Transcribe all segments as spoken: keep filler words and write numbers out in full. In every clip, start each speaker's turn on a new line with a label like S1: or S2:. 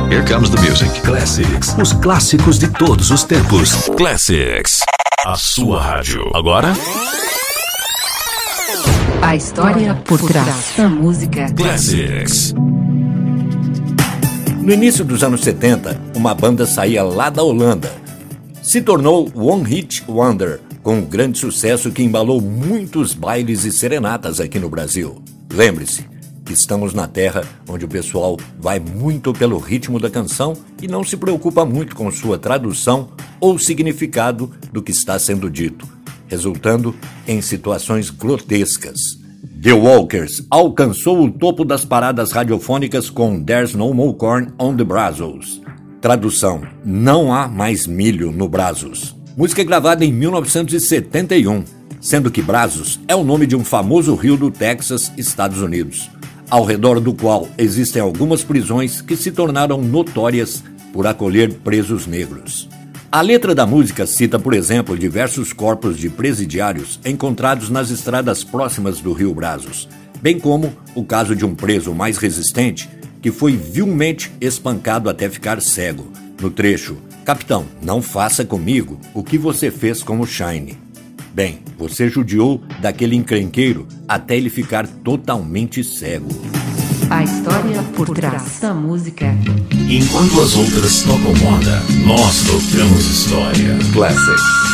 S1: Here comes the music.
S2: Classics. Os clássicos de todos os tempos.
S1: Classics. A sua rádio. Agora...
S3: A história por trás da música.
S1: Classics.
S4: No início dos anos setenta, uma banda saía lá da Holanda. Se tornou One Hit Wonder, com um grande sucesso que embalou muitos bailes e serenatas aqui no Brasil. Lembre-se que estamos na terra onde o pessoal vai muito pelo ritmo da canção e não se preocupa muito com sua tradução ou significado do que está sendo dito, resultando em situações grotescas. The Walkers alcançou o topo das paradas radiofônicas com There's No More Corn on the Brazos. Tradução: Não há mais milho no Brazos. Música gravada em mil novecentos e setenta e um, sendo que Brazos é o nome de um famoso rio do Texas, Estados Unidos, ao redor do qual existem algumas prisões que se tornaram notórias por acolher presos negros. A letra da música cita, por exemplo, diversos corpos de presidiários encontrados nas estradas próximas do rio Brazos, bem como o caso de um preso mais resistente que foi vilmente espancado até ficar cego. No trecho, Capitão, não faça comigo o que você fez com o Shine. Bem, você judiou daquele encrenqueiro até ele ficar totalmente cego.
S3: A história por trás da música.
S1: Enquanto as outras tocam moda, nós tocamos história.
S2: Classics.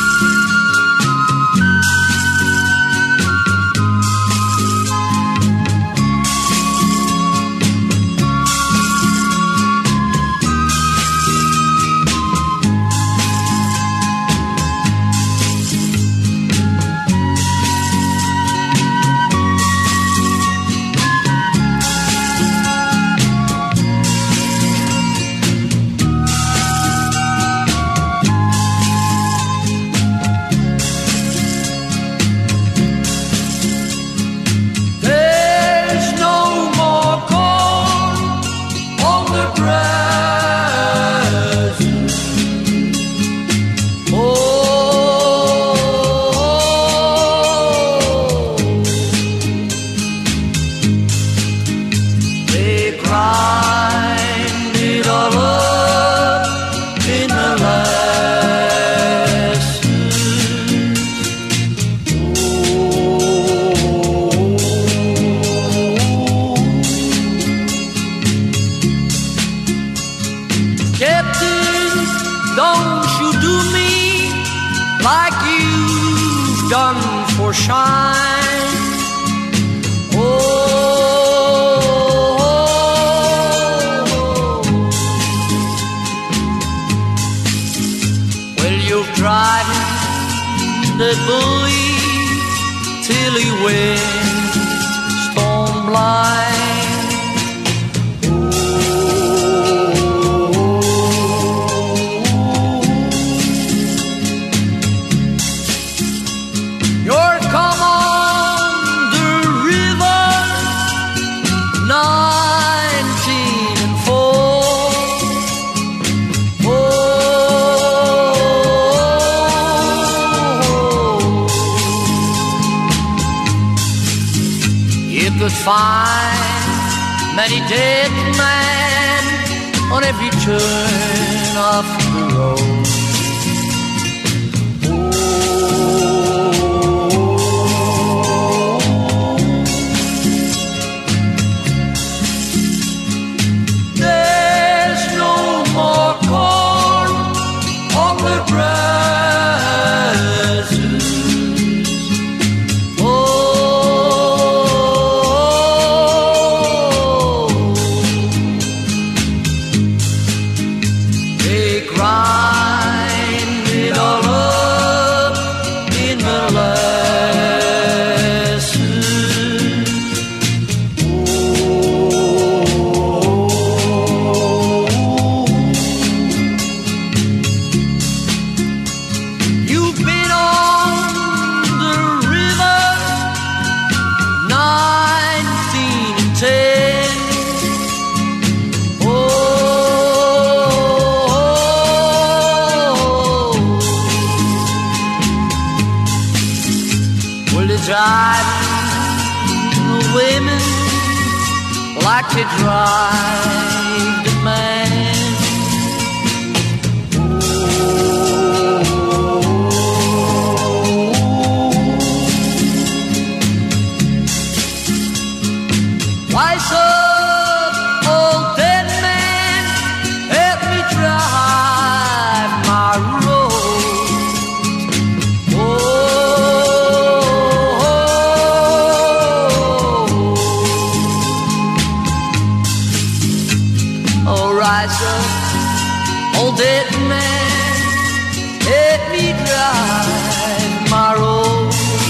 S5: Find many dead men on every turn of the road. There's no more corn on the ground. To drive the man. rise up, old dead man, let me drive my road.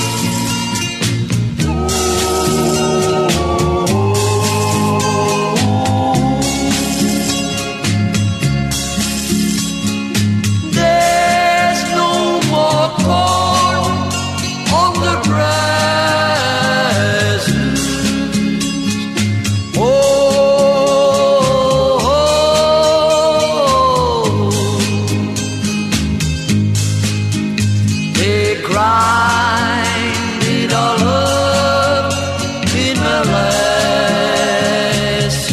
S5: There's no more corn on the grass. Oh, they grind it all up in molasses.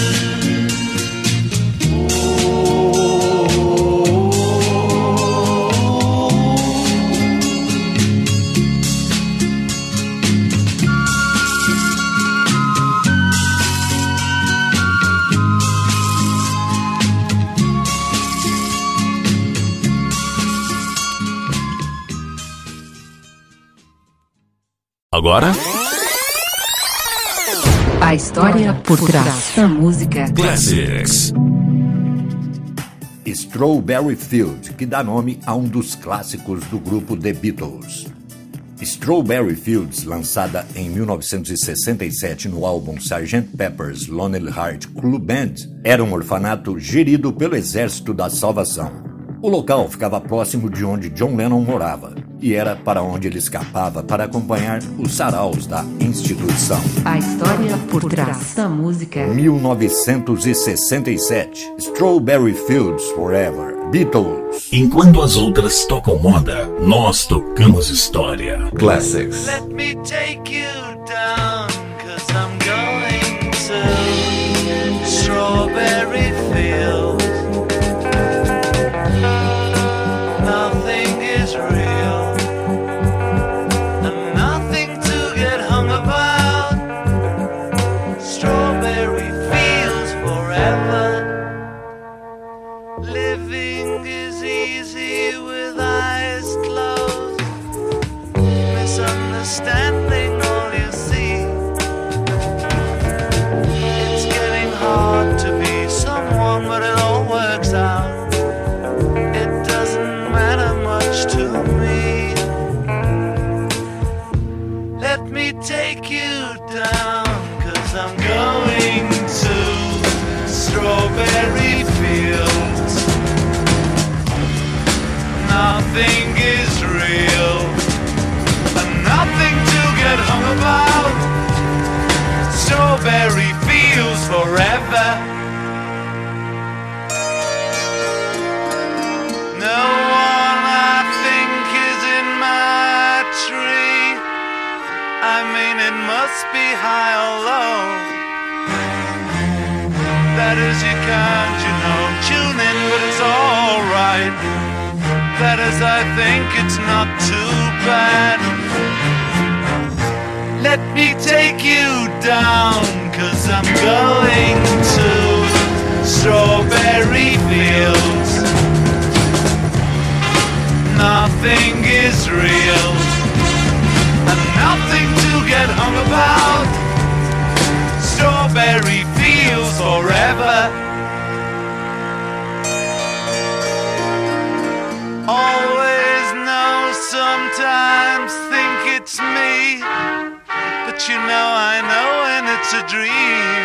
S1: Agora,
S3: A história por trás da música.
S1: Classics.
S4: Strawberry Fields, que dá nome a um dos clássicos do grupo The Beatles. Strawberry Fields, lançada em mil novecentos e sessenta e sete no álbum sergeant Pepper's Lonely Hearts Club Band, era um orfanato gerido pelo Exército da Salvação. O local ficava próximo de onde John Lennon morava e era para onde ele escapava para acompanhar os saraus da instituição.
S3: A história por trás da música.
S4: mil novecentos e sessenta e sete, Strawberry Fields Forever, Beatles.
S1: Enquanto as outras tocam moda, nós tocamos história.
S2: Classics.
S5: Let me take you down, 'cause I'm going to Strawberry Fields. Nothing is real, and nothing to get hung about. Strawberry Fields forever. Living is easy with eyes closed. Misunderstanding all you see. It's getting hard to be someone, but it all works out. It doesn't matter much to me. Let me take you down, 'cause I'm going to Strawberry Fields. Nothing is real, and nothing to get hung about. Strawberry Fields forever. No one I think is in my tree. I mean, it must be high or low. That is, you can't, you know, tune in, but it's alright. That is, I think it's not too bad. Let me take you down, 'cause I'm going to Strawberry Fields. Nothing is real, and nothing to get hung about. Strawberry Fields forever. Always know, sometimes think it's me, but you know I know when it's a dream.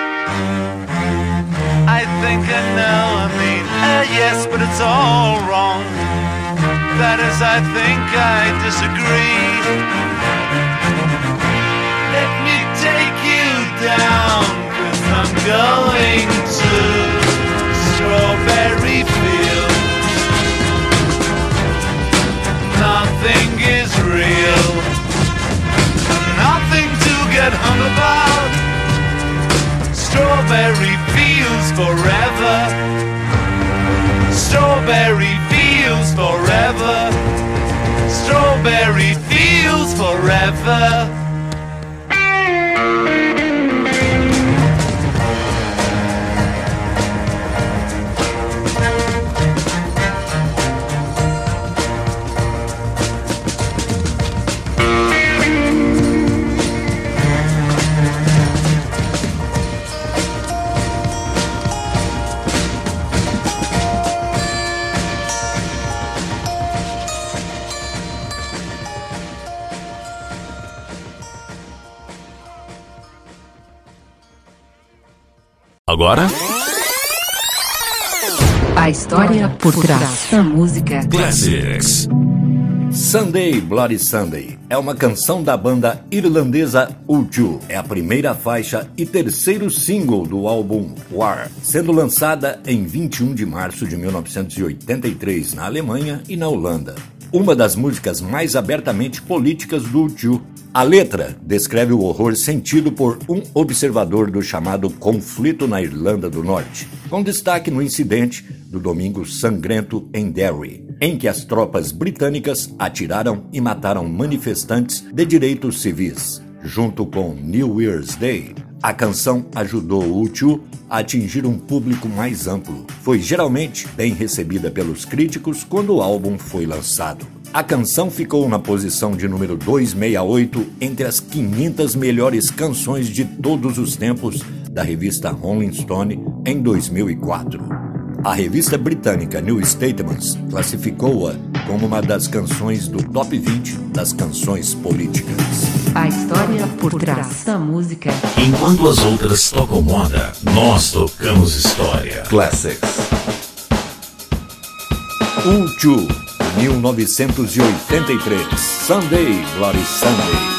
S5: I think I know, I mean, uh, yes, but it's all wrong. That is, I think I disagree. Let me take you down, 'cause I'm going to Strawberry Fields. Nothing is real, nothing to get hung about. Strawberry Fields forever. Strawberry Fields forever. Strawberry Fields forever.
S1: Agora,
S3: A história por trás da música.
S1: Classics.
S4: Sunday Bloody Sunday é uma canção da banda irlandesa U dois. É a primeira faixa e terceiro single do álbum War, sendo lançada em vinte e um de março de mil novecentos e oitenta e três na Alemanha e na Holanda. Uma das músicas mais abertamente políticas do U dois. A letra descreve o horror sentido por um observador do chamado conflito na Irlanda do Norte, com destaque no incidente do Domingo Sangrento em Derry, em que as tropas britânicas atiraram e mataram manifestantes de direitos civis. Junto com New Year's Day, a canção ajudou o U dois a atingir um público mais amplo. Foi geralmente bem recebida pelos críticos quando o álbum foi lançado. A canção ficou na posição de número duzentos e sessenta e oito entre as quinhentas melhores canções de todos os tempos da revista Rolling Stone em dois mil e quatro. A revista britânica New Statesman classificou-a como uma das canções do top vinte das canções políticas.
S3: A história por trás da música.
S1: Enquanto as outras tocam moda, nós tocamos história.
S2: Classics.
S4: U dois, mil novecentos e oitenta e três, Sunday Bloody Sunday.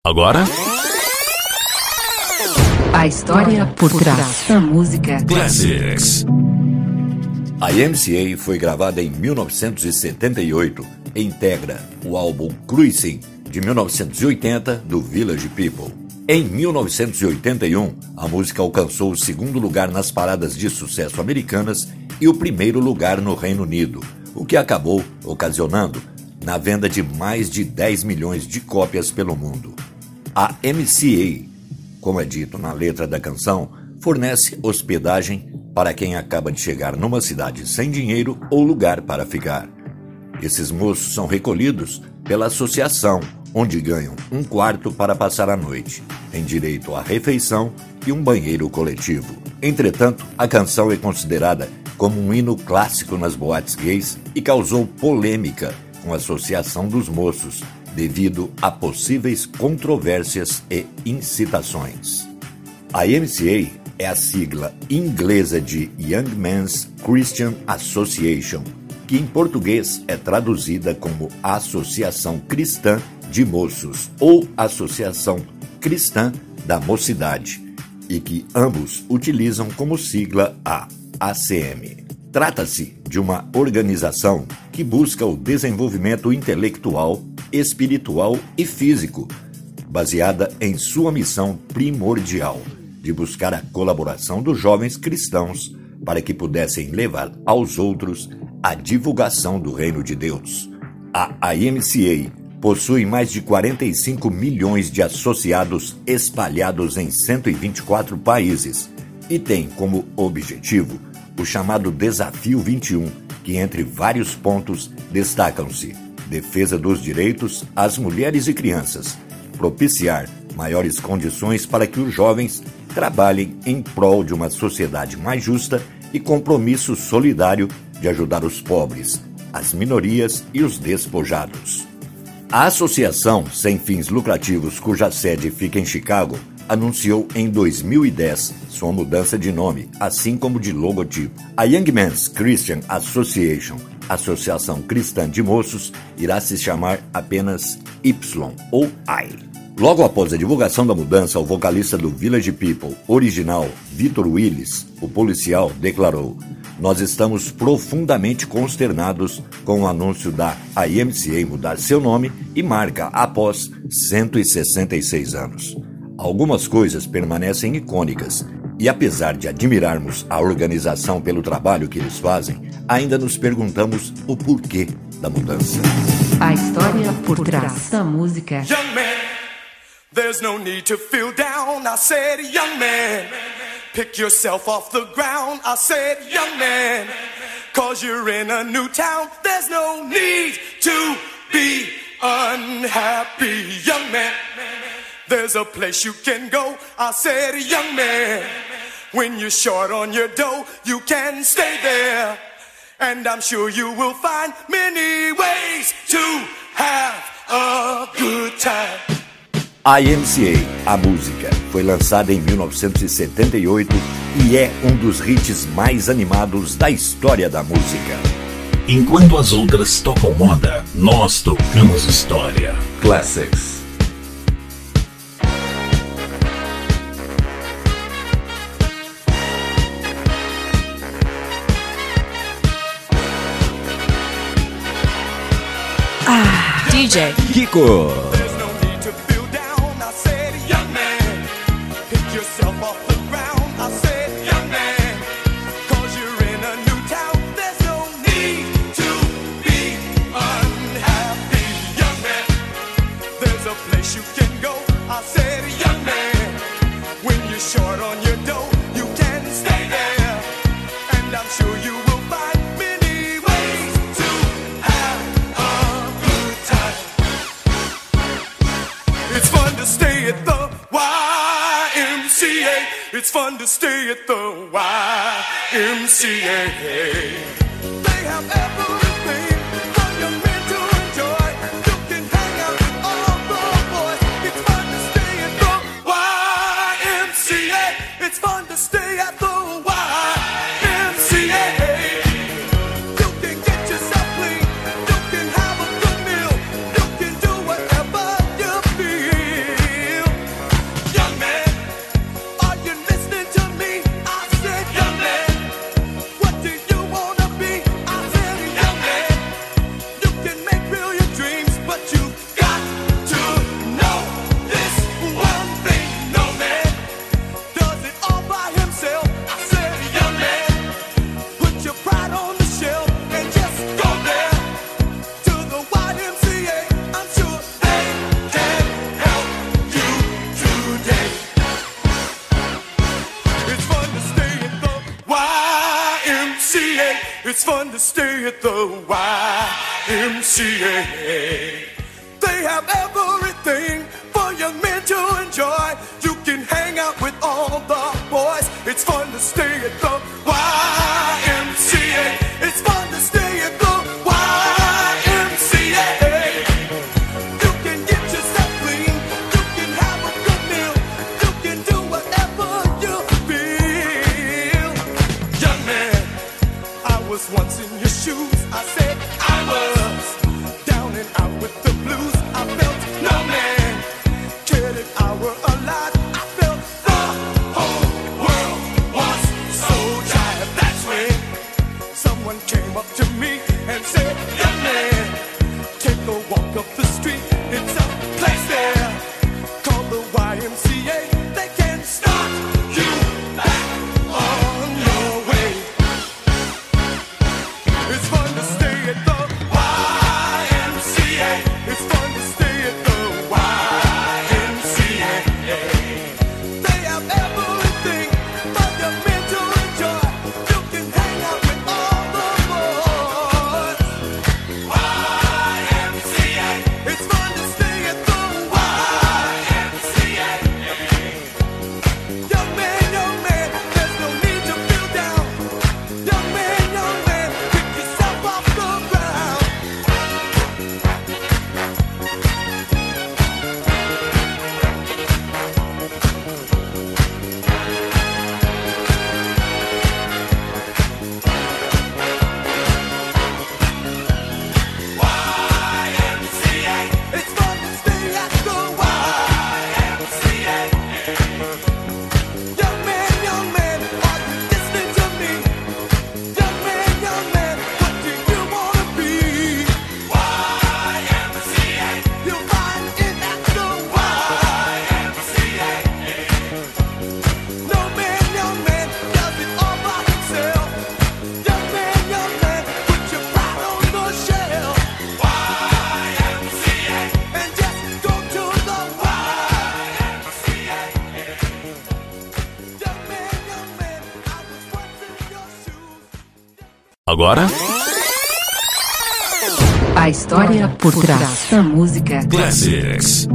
S1: Agora,
S3: A história por trás da música.
S1: Classics.
S4: A M C A foi gravada em mil novecentos e setenta e oito e integra o álbum Cruising, de mil novecentos e oitenta, do Village People. Em mil novecentos e oitenta e um, a música alcançou o segundo lugar nas paradas de sucesso americanas e o primeiro lugar no Reino Unido, o que acabou ocasionando na venda de mais de dez milhões de cópias pelo mundo. A M C A, como é dito na letra da canção, fornece hospedagem para quem acaba de chegar numa cidade sem dinheiro ou lugar para ficar. Esses moços são recolhidos pela associação, onde ganham um quarto para passar a noite, têm direito à refeição e um banheiro coletivo. Entretanto, a canção é considerada como um hino clássico nas boates gays e causou polêmica com a associação dos moços, devido a possíveis controvérsias e incitações. A M C A é a sigla inglesa de Young Men's Christian Association, que em português é traduzida como Associação Cristã de Moços ou Associação Cristã da Mocidade, e que ambos utilizam como sigla a A C M. Trata-se de uma organização que busca o desenvolvimento intelectual, espiritual e físico, baseada em sua missão primordial de buscar a colaboração dos jovens cristãos para que pudessem levar aos outros a divulgação do reino de Deus. A I M C A possui mais de quarenta e cinco milhões de associados espalhados em cento e vinte e quatro países e tem como objetivo o chamado Desafio vinte e um, que entre vários pontos destacam-se defesa dos direitos às mulheres e crianças, propiciar maiores condições para que os jovens trabalhem em prol de uma sociedade mais justa e compromisso solidário de ajudar os pobres, as minorias e os despojados. A associação sem fins lucrativos, cuja sede fica em Chicago, anunciou em dois mil e dez sua mudança de nome, assim como de logotipo. A Young Men's Christian Association, Associação Cristã de Moços, irá se chamar apenas Y ou I. Logo após a divulgação da mudança, o vocalista do Village People original, Victor Willis, o policial, declarou: "Nós estamos profundamente consternados com o anúncio da I M C A mudar seu nome e marca após cento e sessenta e seis anos. Algumas coisas permanecem icônicas e, apesar de admirarmos a organização pelo trabalho que eles fazem, ainda nos perguntamos o porquê da mudança."
S3: A história por trás da música.
S6: Young man, there's no need to feel down. I said, young man, pick yourself off the ground. I said, young man, cause you're in a new town. There's no need to be unhappy, young man. There's a place you can go. I said, young man, when you're short on your dough, you can stay there. And I'm sure you will find many ways to have a good time.
S4: A I M C A, a música, foi lançada em mil novecentos e setenta e oito e é um dos hits mais animados da história da música.
S1: Enquanto as outras tocam moda, nós tocamos história.
S2: Classics.
S7: D J
S2: Kiko.
S6: There's no need to feel down. I said, young man, pick yourself off the ground. I said, young man, cause you're in a new town. There's no need to be unhappy, young man. There's a place you can go. I said, young man, when you're short on your dough, you can stay there. And I'm sure you will find many ways to have a good time. It's fun to stay at the Y M C A. It's fun to stay at the Y M C A. They have everything for young men to enjoy. You can hang out with all the boys. It's fun to stay at the Y M C A. It's fun to stay at the Y M C A. You can get yourself clean. You can have a good meal. You can do whatever you feel. It's fun to stay at the Y M C A. They have everything for young men to enjoy. You can hang out with all the boys. It's fun to stay at the Y M C A. It's fun to stay at the Y M C A. You can get yourself clean. You can have a good meal. You can do whatever you feel. Young man, I was once in your shoes. I said I was down and out with the blues. I felt no man cared if I were alive. I felt the whole world was so tired. That's when someone came up to me and said, young man, take a walk up the street. It's a place there called the Y M C A. They can start you back on your way. It's fun to stay at the Y M C A. It's fun to stay at the Y M C A. They have everything for your men to enjoy. You can hang out with all the boys. Y M C A. It's fun to stay at the Y M C A. Young man, young man, there's no need to feel down. Young man, young man, pick yourself off the ground. Y M C A. It's fun to stay at the Y M C A. Young man, young man, are you listening to me? Young man, young man, what do you wanna be? Y M C A. You'll find it at the Y M C A. No man, young man, does it all by himself. Young man, young man, put your pride on the shelf. Y M C A. And just go to the Y M C A. Young man, young man, I was once in your shoes.
S2: Agora,
S3: A história por trás da música.
S1: Classics.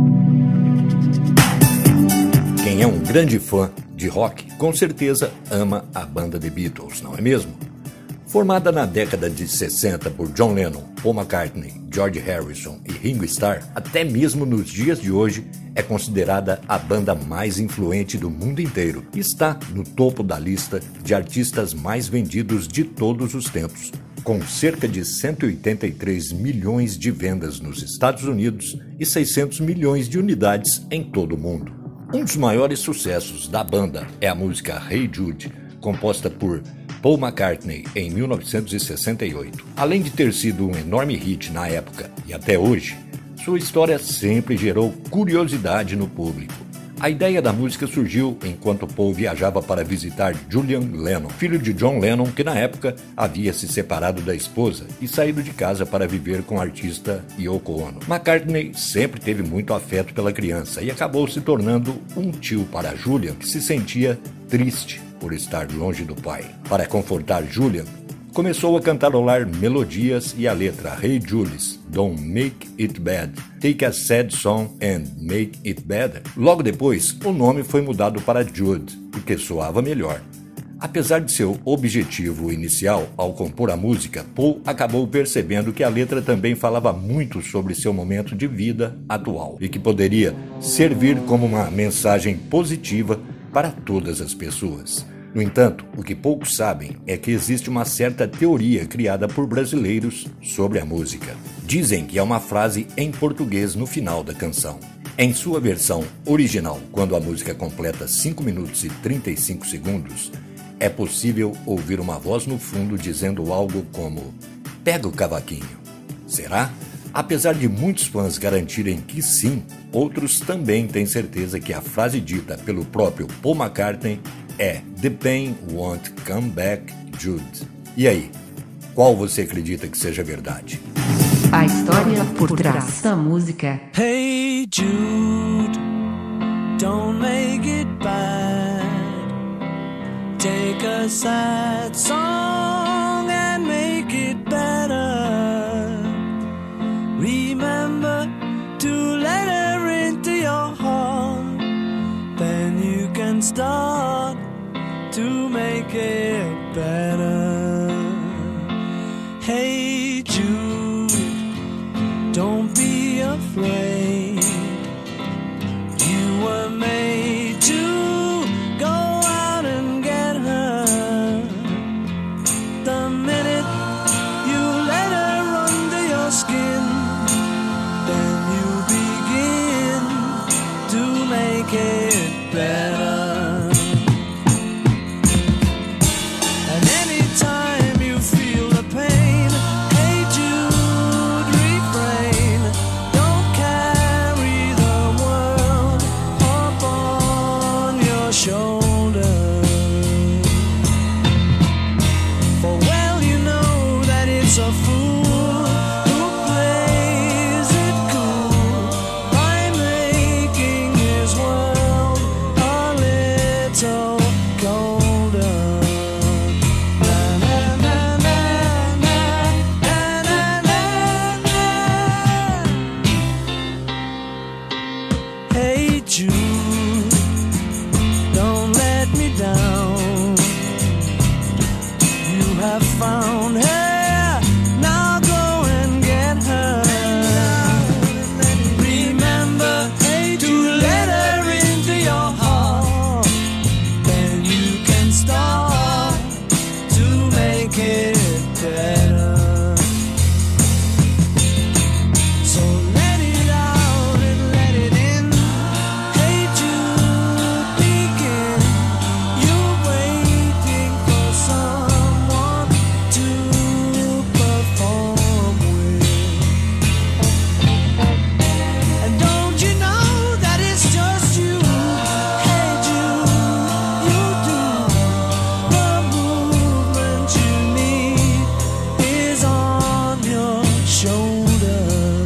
S4: Quem é um grande fã de rock, com certeza ama a banda The Beatles, não é mesmo? Formada na década de sessenta por John Lennon, Paul McCartney, George Harrison e Ringo Starr, até mesmo nos dias de hoje é considerada a banda mais influente do mundo inteiro e está no topo da lista de artistas mais vendidos de todos os tempos, com cerca de cento e oitenta e três milhões de vendas nos Estados Unidos e seiscentos milhões de unidades em todo o mundo. Um dos maiores sucessos da banda é a música Hey Jude, composta por Paul McCartney em mil novecentos e sessenta e oito. Além de ter sido um enorme hit na época e até hoje, sua história sempre gerou curiosidade no público. A ideia da música surgiu enquanto Paul viajava para visitar Julian Lennon, filho de John Lennon, que na época havia se separado da esposa e saído de casa para viver com a artista Yoko Ono. McCartney sempre teve muito afeto pela criança e acabou se tornando um tio para Julian, que se sentia triste por estar longe do pai. Para confortar Julian, começou a cantarolar melodias e a letra Hey Julius, Don't Make It Bad, Take a Sad Song and Make It Better. Logo depois, o nome foi mudado para Jude, porque soava melhor. Apesar de seu objetivo inicial ao compor a música, Paul acabou percebendo que a letra também falava muito sobre seu momento de vida atual e que poderia servir como uma mensagem positiva para todas as pessoas. No entanto, o que poucos sabem é que existe uma certa teoria criada por brasileiros sobre a música. Dizem que há uma frase em português no final da canção. Em sua versão original, quando a música completa cinco minutos e trinta e cinco segundos, é possível ouvir uma voz no fundo dizendo algo como "Pega o cavaquinho". Será? Apesar de muitos fãs garantirem que sim, outros também têm certeza que a frase dita pelo próprio Paul McCartney é "The pain won't come back, Jude". E aí, qual você acredita que seja verdade?
S3: A história por trás da música.
S8: Hey Jude, don't make it bad. Take a sad song and make start to make it better. Hey Jude, don't be afraid. You were made to go out and get her. The minute you let her under your skin, then you begin to make it better. And anytime you feel the pain, hey Jude, refrain. Don't carry the world up on your shoulder. For well you know that it's a fool who plays it cool by making his world a little colder. Na, na, na, na, na, na, na, na, na. Hey Jude, don't let me down. You have found her, now go and get her. Remember to let her into your heart, then you can start to make it better. So let it out and let it in. Hey Jude, begin. You're waiting for someone to perform with. And don't you know that it's just you? Hey Jude, you do. The movement you need is on your shoulder.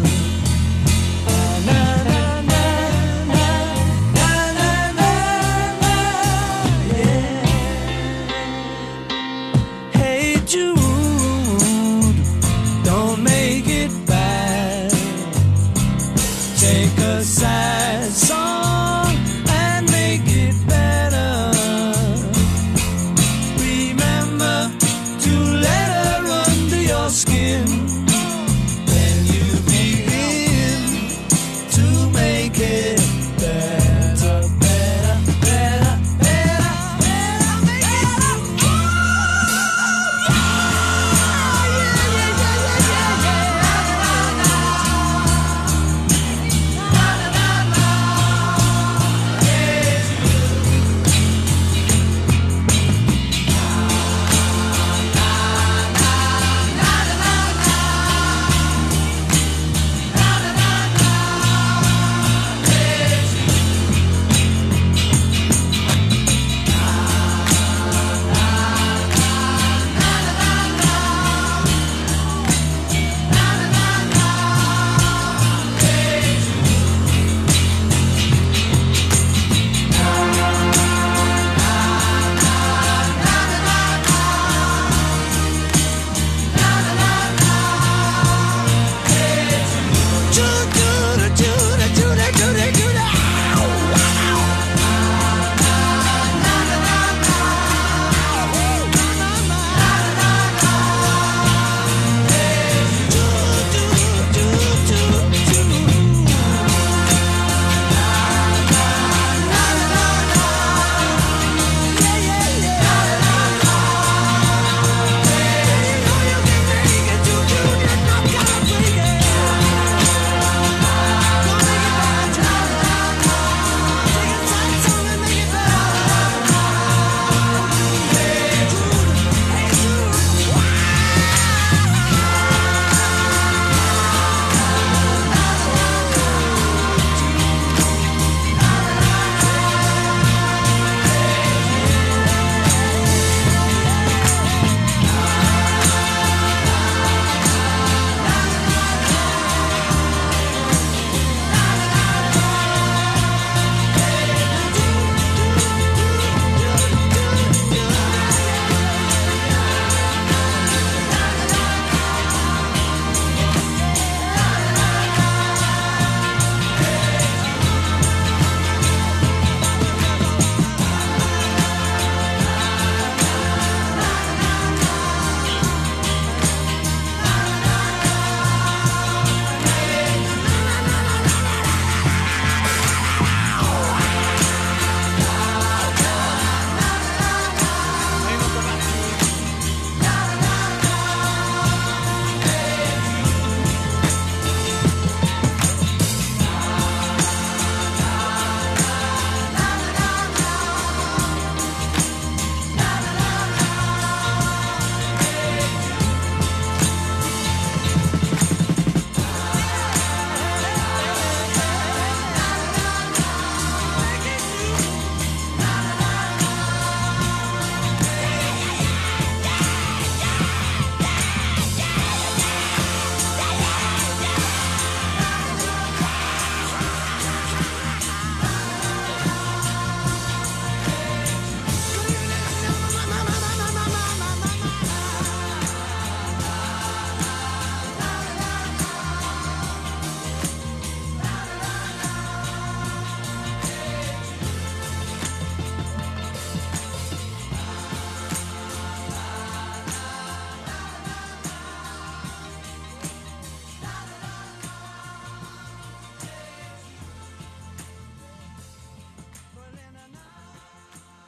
S8: Na, na, na, na, na, na, na, na, yeah. Hey Jude, don't make it bad. Take a sad song and make it better. Remember to let her under your skin, then you begin to make it better, better, better, better, better, make it better. Yeah, yeah, yeah, yeah, yeah, yeah.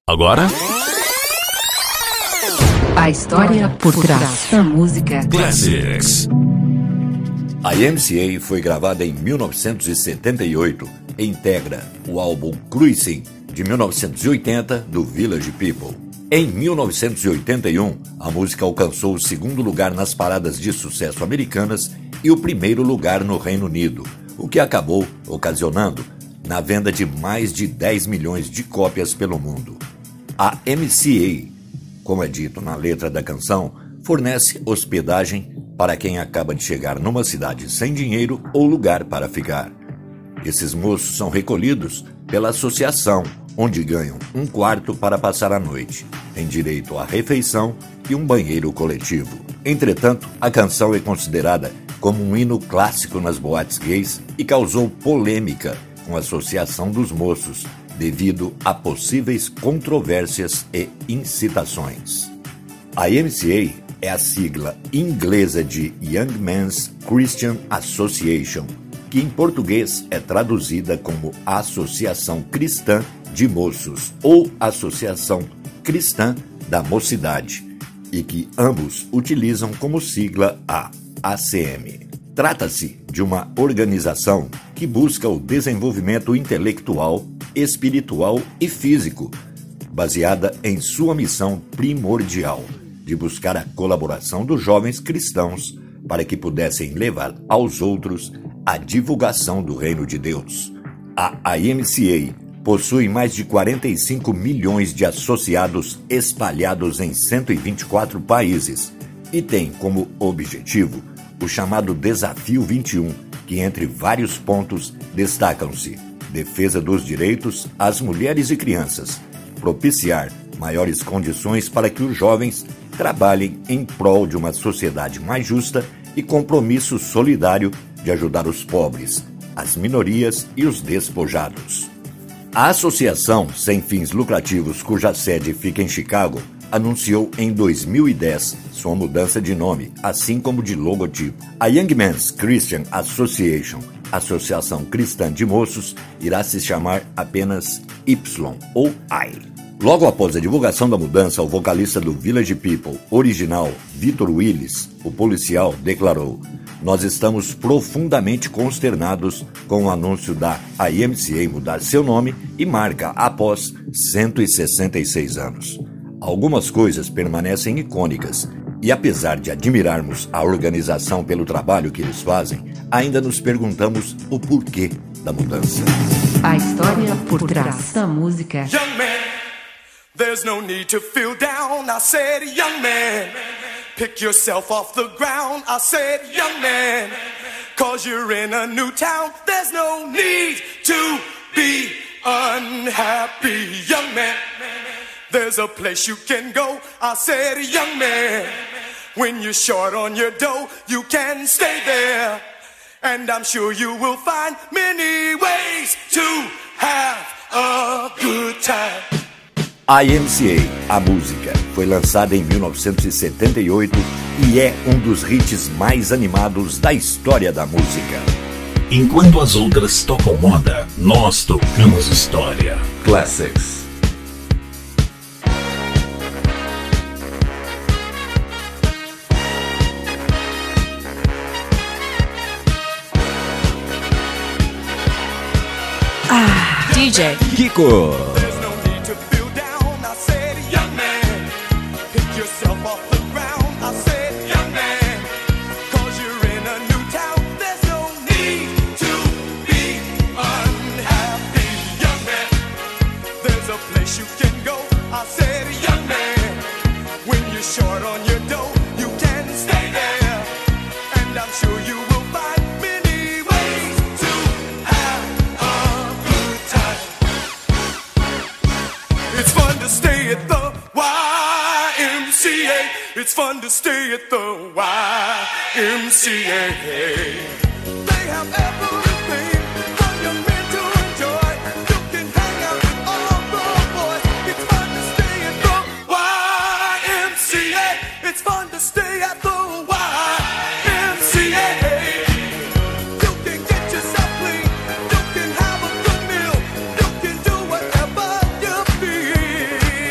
S1: Agora,
S3: A história por trás da música.
S1: Classics.
S4: A M C A foi gravada em mil novecentos e setenta e oito e integra o álbum Cruising, de mil novecentos e oitenta, do Village People. Em mil novecentos e oitenta e um, a música alcançou o segundo lugar nas paradas de sucesso americanas e o primeiro lugar no Reino Unido, o que acabou ocasionando na venda de mais de dez milhões de cópias pelo mundo. A M C A, como é dito na letra da canção, fornece hospedagem para quem acaba de chegar numa cidade sem dinheiro ou lugar para ficar. Esses moços são recolhidos pela associação, onde ganham um quarto para passar a noite, têm direito à refeição e um banheiro coletivo. Entretanto, a canção é considerada como um hino clássico nas boates gays e causou polêmica com a associação dos moços, devido a possíveis controvérsias e incitações. A M C A é a sigla inglesa de Young Men's Christian Association, que em português é traduzida como Associação Cristã de Moços ou Associação Cristã da Mocidade, e que ambos utilizam como sigla a A C M. Trata-se de uma organização que busca o desenvolvimento intelectual, espiritual e físico, baseada em sua missão primordial de buscar a colaboração dos jovens cristãos para que pudessem levar aos outros a divulgação do reino de Deus. A I M C A possui mais de quarenta e cinco milhões de associados espalhados em cento e vinte e quatro países e tem como objetivo o chamado Desafio vinte e um, que entre vários pontos destacam-se: defesa dos direitos às mulheres e crianças, propiciar maiores condições para que os jovens trabalhem em prol de uma sociedade mais justa e compromisso solidário de ajudar os pobres, as minorias e os despojados. A associação sem fins lucrativos, cuja sede fica em Chicago, anunciou em dois mil e dez sua mudança de nome, assim como de logotipo. A Young Men's Christian Association, Associação Cristã de Moços, irá se chamar apenas Y ou I. Logo após a divulgação da mudança, o vocalista do Village People original, Victor Willis, o policial, declarou: "Nós estamos profundamente consternados com o anúncio da I M C A mudar seu nome e marca após cento e sessenta e seis anos. Algumas coisas permanecem icônicas e, apesar de admirarmos a organização pelo trabalho que eles fazem, ainda nos perguntamos o porquê da mudança."
S3: A história por trás da música.
S6: Young man, there's no need to feel down. I said, young man, pick yourself off the ground. I said, young man, cause you're in a new town. There's no need to be unhappy. Young man, there's a place you can go. I said, young man, when you're short on your dough, you can stay there. And I'm sure you will find many ways to have a good time.
S4: I M C A, a música, foi lançada em mil novecentos e setenta e oito e é um dos hits mais animados da história da música.
S1: Enquanto as outras tocam moda, nós tocamos história.
S2: Classics.
S7: D J
S2: Kiko.
S6: There's no need to feel down. I said, young man, pick yourself off the ground. I said, young man, cause you're in a new town. There's no need to be unhappy. Young man, there's a place you can go. I said, young man, when you're short on your dough, you can stay there. And I'm sure you will find many ways to have a good time. It's fun to stay at the Y M C A. It's fun to stay at the Y M C A. They have everything for young men to enjoy. You can hang out with all the boys. It's fun to stay at the Y M C A. It's fun to stay at the Y M C A. You can get yourself clean. You can have a good meal. You can do whatever you feel.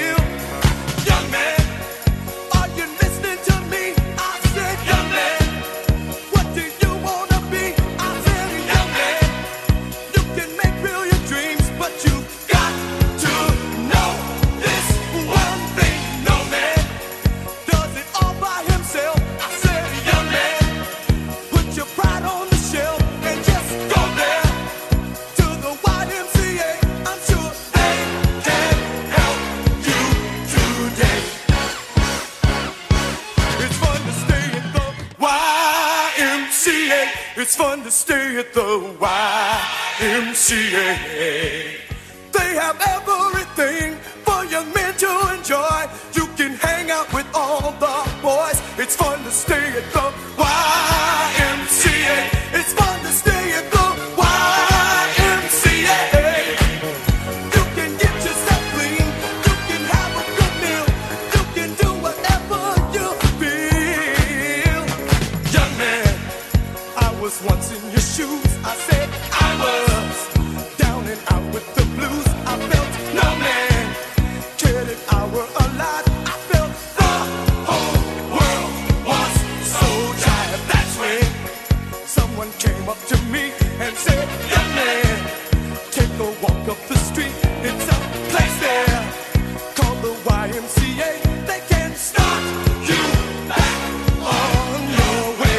S6: It's fun to stay at the Y M C A. They have everything for young men to enjoy. You can hang out with all the boys. It's fun to stay at the Y M C A. It's fun to stay at the Y M C A. You can get yourself clean. You can have a good meal. You can do whatever you feel. Young man, I was once in your shoes. I said I was down and out with the blues. I felt no man cared if I were alive. I felt the whole world was so tired. That's when someone came up to me and said, young man, take a walk up the street. It's a place there called the Y M C A. They can start you back on your way.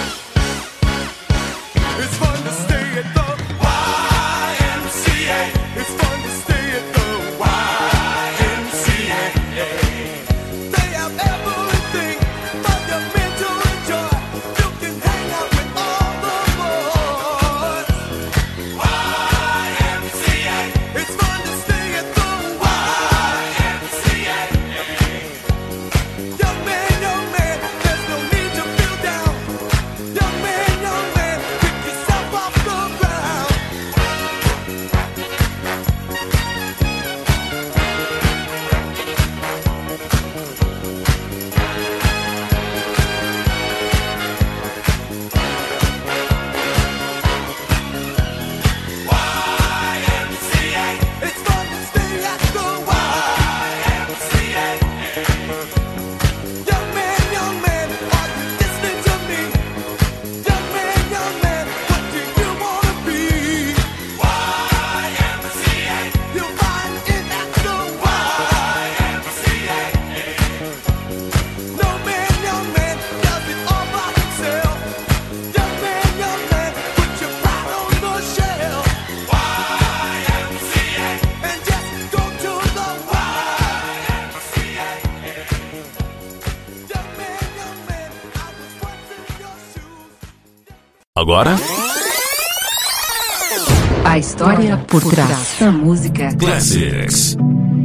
S6: It's fun to stay at the Y M C A. It's fun to stay at the Y M C A. They have everything for the men to enjoy. You can hang out with all the boys. Y M C A. It's fun to stay at the Y M C A. Young man, young man, there's no need to feel down. Young man, young man, pick yourself off the ground. Y M C A. It's fun to stay at the Y M C A. Young man, young man, are you listening to me? Young man, young man, what do you wanna be? Y M C A. You'll find it at the Y M C A. No man, young man, does it all by himself. Young man, young man, put your pride on the shelf. Y M C A. And just go to the Y M C A. Young man, young man, I was once in your shoes.
S2: Agora,
S3: A história por trás da música.
S1: Classics.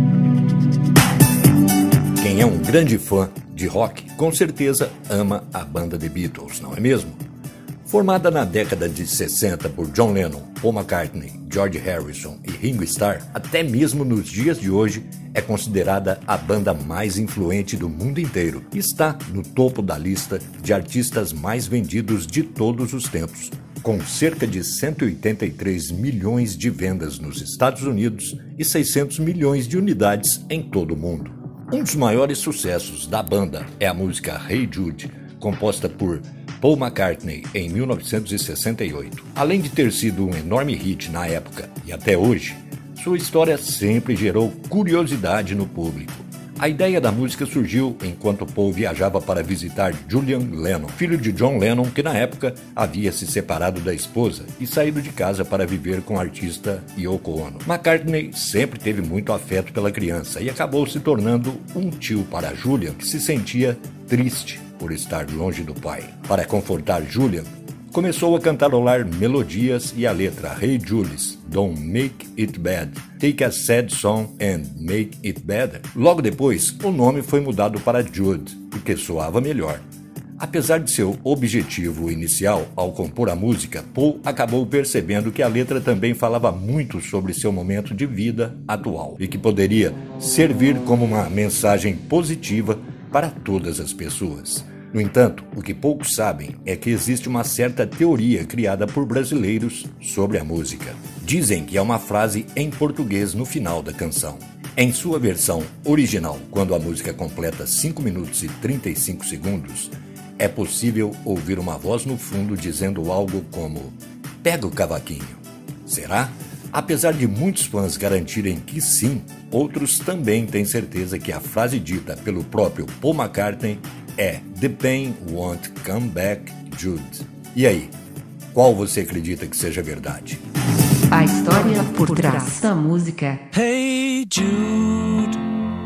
S4: Quem é um grande fã de rock, com certeza ama a banda The Beatles, não é mesmo? Formada na década de sessenta por John Lennon, Paul McCartney, George Harrison e Ringo Starr, até mesmo nos dias de hoje é considerada a banda mais influente do mundo inteiro e está no topo da lista de artistas mais vendidos de todos os tempos, com cerca de cento e oitenta e três milhões de vendas nos Estados Unidos e seiscentos milhões de unidades em todo o mundo. Um dos maiores sucessos da banda é a música Hey Jude, composta por Paul McCartney em mil novecentos e sessenta e oito. Além de ter sido um enorme hit na época e até hoje, sua história sempre gerou curiosidade no público. A ideia da música surgiu enquanto Paul viajava para visitar Julian Lennon, filho de John Lennon, que na época havia se separado da esposa e saído de casa para viver com a artista Yoko Ono. McCartney sempre teve muito afeto pela criança e acabou se tornando um tio para Julian, que se sentia triste por estar longe do pai. Para confortar Julian, começou a cantarolar melodias e a letra Hey Julius, Don't Make It Bad, Take a Sad Song and Make It Better. Logo depois, o nome foi mudado para Jude, porque soava melhor. Apesar de seu objetivo inicial ao compor a música, Paul acabou percebendo que a letra também falava muito sobre seu momento de vida atual e que poderia servir como uma mensagem positiva para todas as pessoas. No entanto, o que poucos sabem é que existe uma certa teoria criada por brasileiros sobre a música. Dizem que é uma frase em português no final da canção. Em sua versão original, quando a música completa cinco minutos e trinta e cinco segundos, é possível ouvir uma voz no fundo dizendo algo como "Pega o cavaquinho". Será? Apesar de muitos fãs garantirem que sim, outros também têm certeza que a frase dita pelo próprio Paul McCartney é "The pain won't come back, Jude". E aí, qual você acredita que seja verdade?
S3: A história por trás da música.
S8: Hey Jude,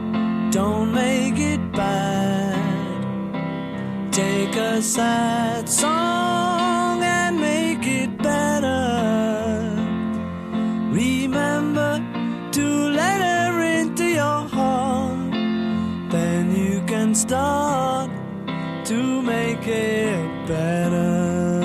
S8: don't make it bad. Take a sad song and make to let her into your heart, then you can start to make it better.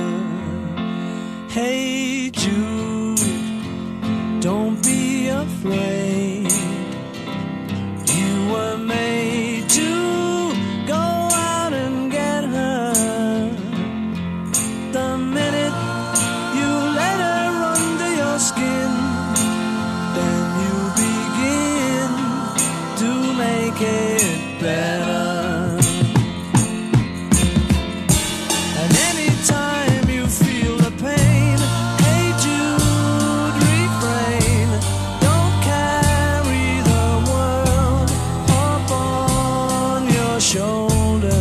S8: Hey Jude, don't be afraid. You were made to go out and get her. The minute you let her under your skin, then you begin to make it better. And anytime you feel the pain, hey Jude, refrain. Don't carry the world up on your shoulder.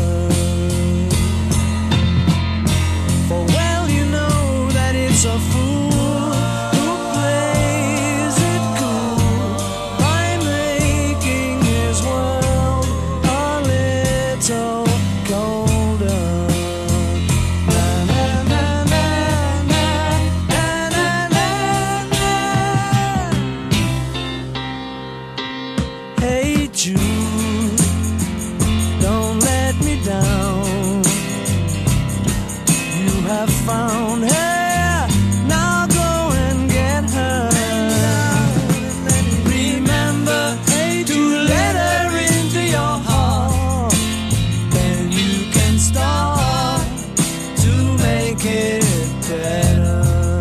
S8: For well you know that it's a fool who plays it cool by making his world a little colder. Na, na, na, na, na, na, na, na, na. Hey Jude, don't let me down. You have found her, now go and get her. Remember to let her into your heart, then you can start to make it better.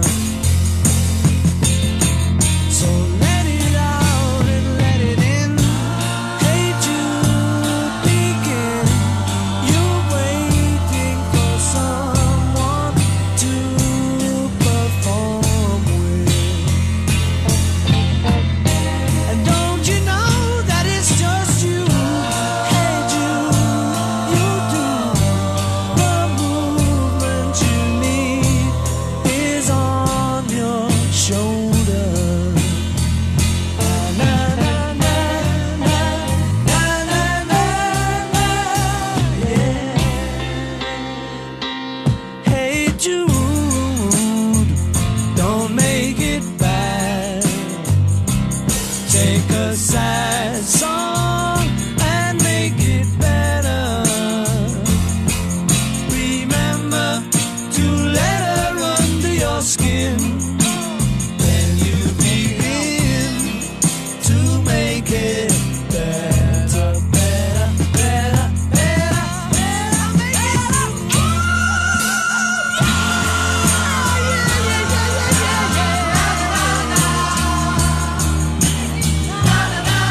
S8: So let it out and let it in. Hey Jude, begin. You're waiting for someone to perform with. And don't you know that it's just you? Hey Jude, you do. The movement you need is on your shoulder. Na, na, na, na, na, na, na, na, yeah. Hey Jude, don't make it bad. Take a sad song and make it better. Remember to let her under your skin, then you begin to make it better, better, better, better, better, make it better.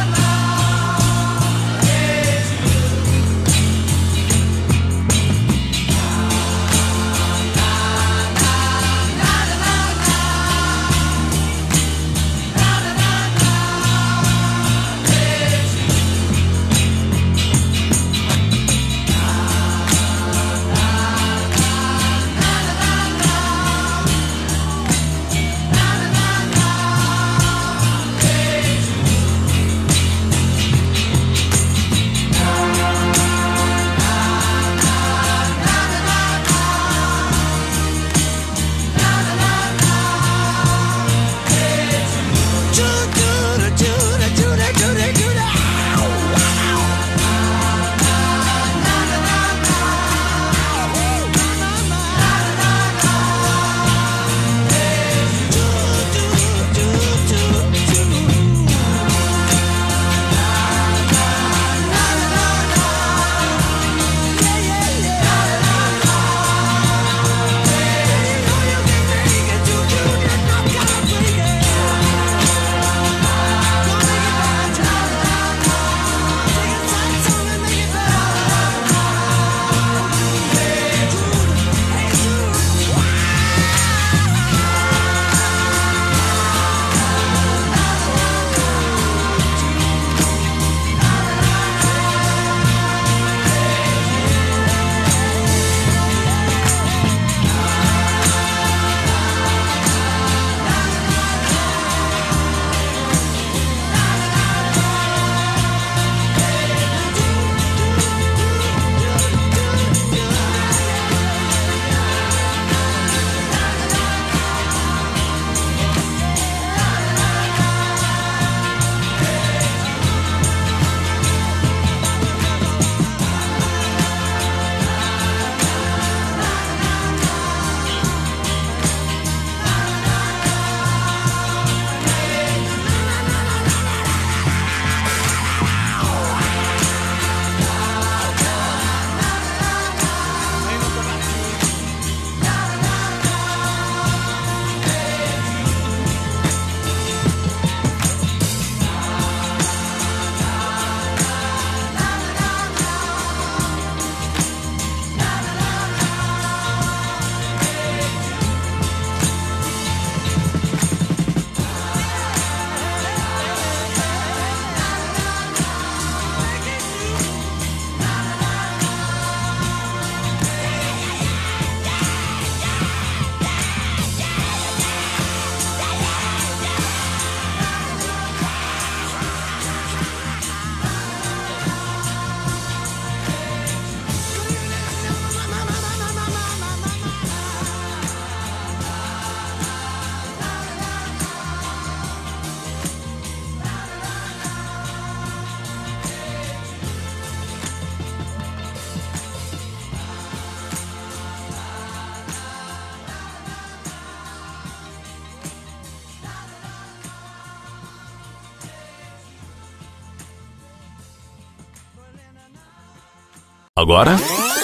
S1: Agora,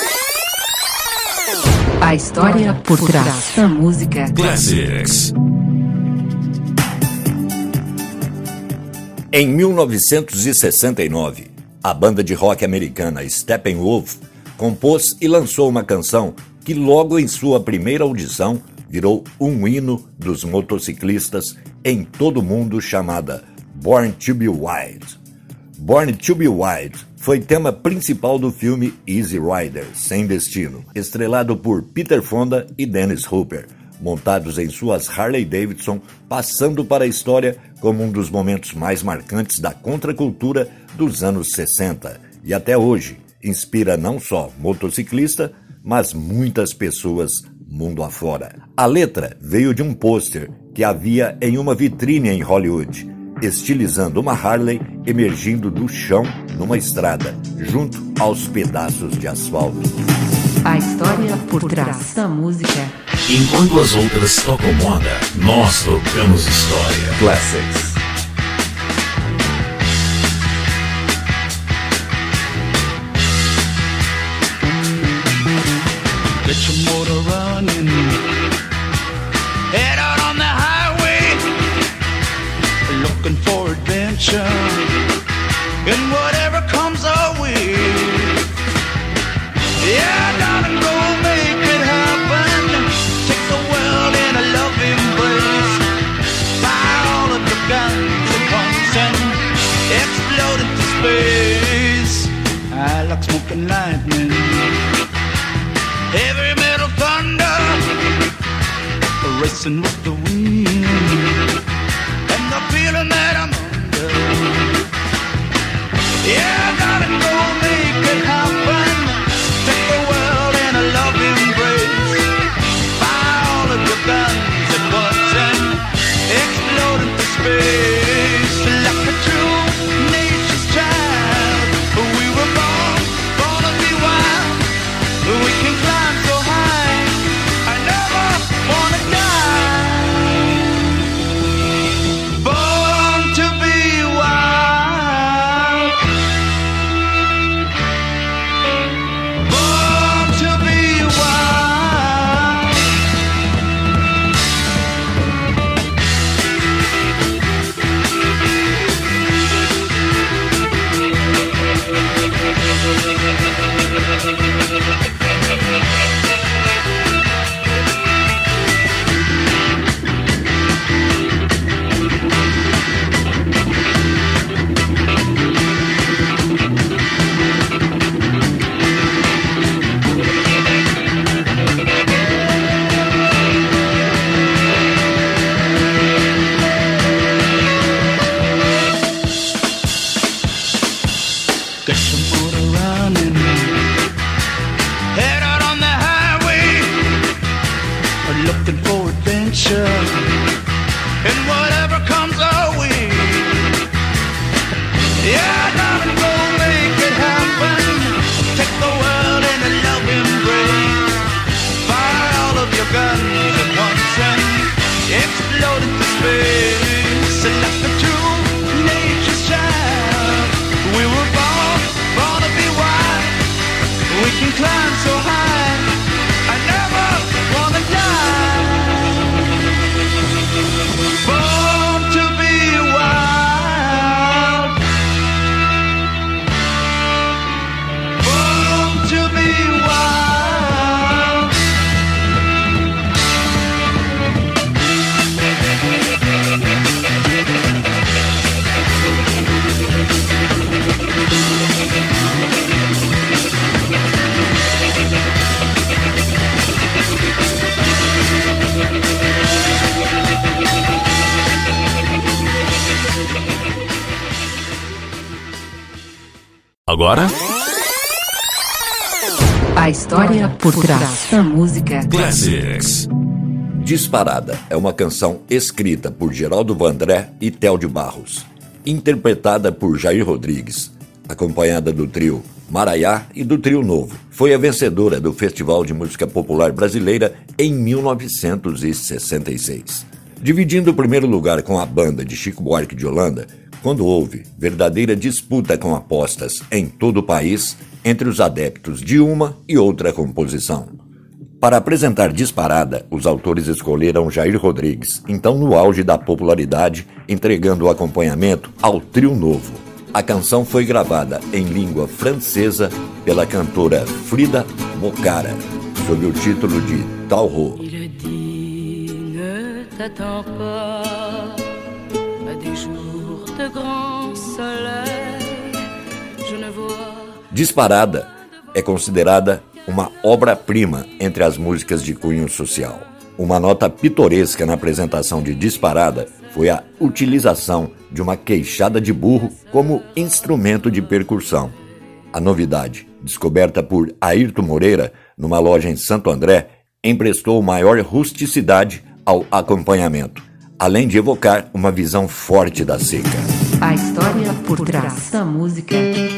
S3: a história por trás da música.
S1: Classics.
S4: Em mil novecentos e sessenta e nove, a banda de rock americana Steppenwolf compôs e lançou uma canção que logo em sua primeira audição virou um hino dos motociclistas em todo o mundo, chamada Born to be Wild. Born to be Wild foi tema principal do filme Easy Rider, Sem Destino, estrelado por Peter Fonda e Dennis Hopper, montados em suas Harley Davidson, passando para a história como um dos momentos mais marcantes da contracultura dos anos sessenta, e até hoje inspira não só motociclista, mas muitas pessoas mundo afora. A letra veio de um pôster que havia em uma vitrine em Hollywood, estilizando uma Harley emergindo do chão numa estrada, junto aos pedaços de asfalto.
S3: A história por trás da música.
S1: Enquanto as outras tocam moda, nós tocamos história.
S2: Classics.
S8: Get your motor running. Head out on the highway, looking for adventure, and whatever comes our way. Yeah, darling, go make it happen. Take the world in a loving embrace. Fire all of your guns at once and explode into space. I like smoking lightning, heavy metal thunder, racing with the wind, and the feeling that I'm under. Yeah, gotta go make it happen. Take the world in a loving embrace. Fire all of your guns at once and explode into space. Like a true nature's child, we were born, born to be wild. We can climb so high, I never wanna die. Born to be wild. Born to be wild. Get your motor running. Head out on the highway, looking for adventure, and whatever comes our way. Yeah, darling, go make it happen. Take the world in a loving embrace. Fire all of your guns at once and explode into space. Like a true nature's child, we were born, born to be wild. We can climb so high, I never wanna die. Born to be wild. Born to be wild.
S1: Agora,
S3: A história por trás da música.
S1: Classics.
S4: Disparada é uma canção escrita por Geraldo Vandré e Théo de Barros, interpretada por Jair Rodrigues, acompanhada do trio Maraiá e do Trio Novo. Foi a vencedora do Festival de Música Popular Brasileira em mil novecentos e sessenta e seis. Dividindo o primeiro lugar com a banda de Chico Buarque de Holanda, quando houve verdadeira disputa com apostas em todo o país, entre os adeptos de uma e outra composição. Para apresentar Disparada, os autores escolheram Jair Rodrigues, então no auge da popularidade, entregando o acompanhamento ao Trio Novo. A canção foi gravada em língua francesa pela cantora Frida Mocara, sob o título de Talho.
S9: Il dit, ne t'attends pas à des jours de grand soleil, je ne vois...
S4: Disparada é considerada uma obra-prima entre as músicas de cunho social. Uma nota pitoresca na apresentação de Disparada foi a utilização de uma queixada de burro como instrumento de percussão. A novidade, descoberta por Ayrton Moreira numa loja em Santo André, emprestou maior rusticidade ao acompanhamento, além de evocar uma visão forte da seca.
S3: A história por trás da música.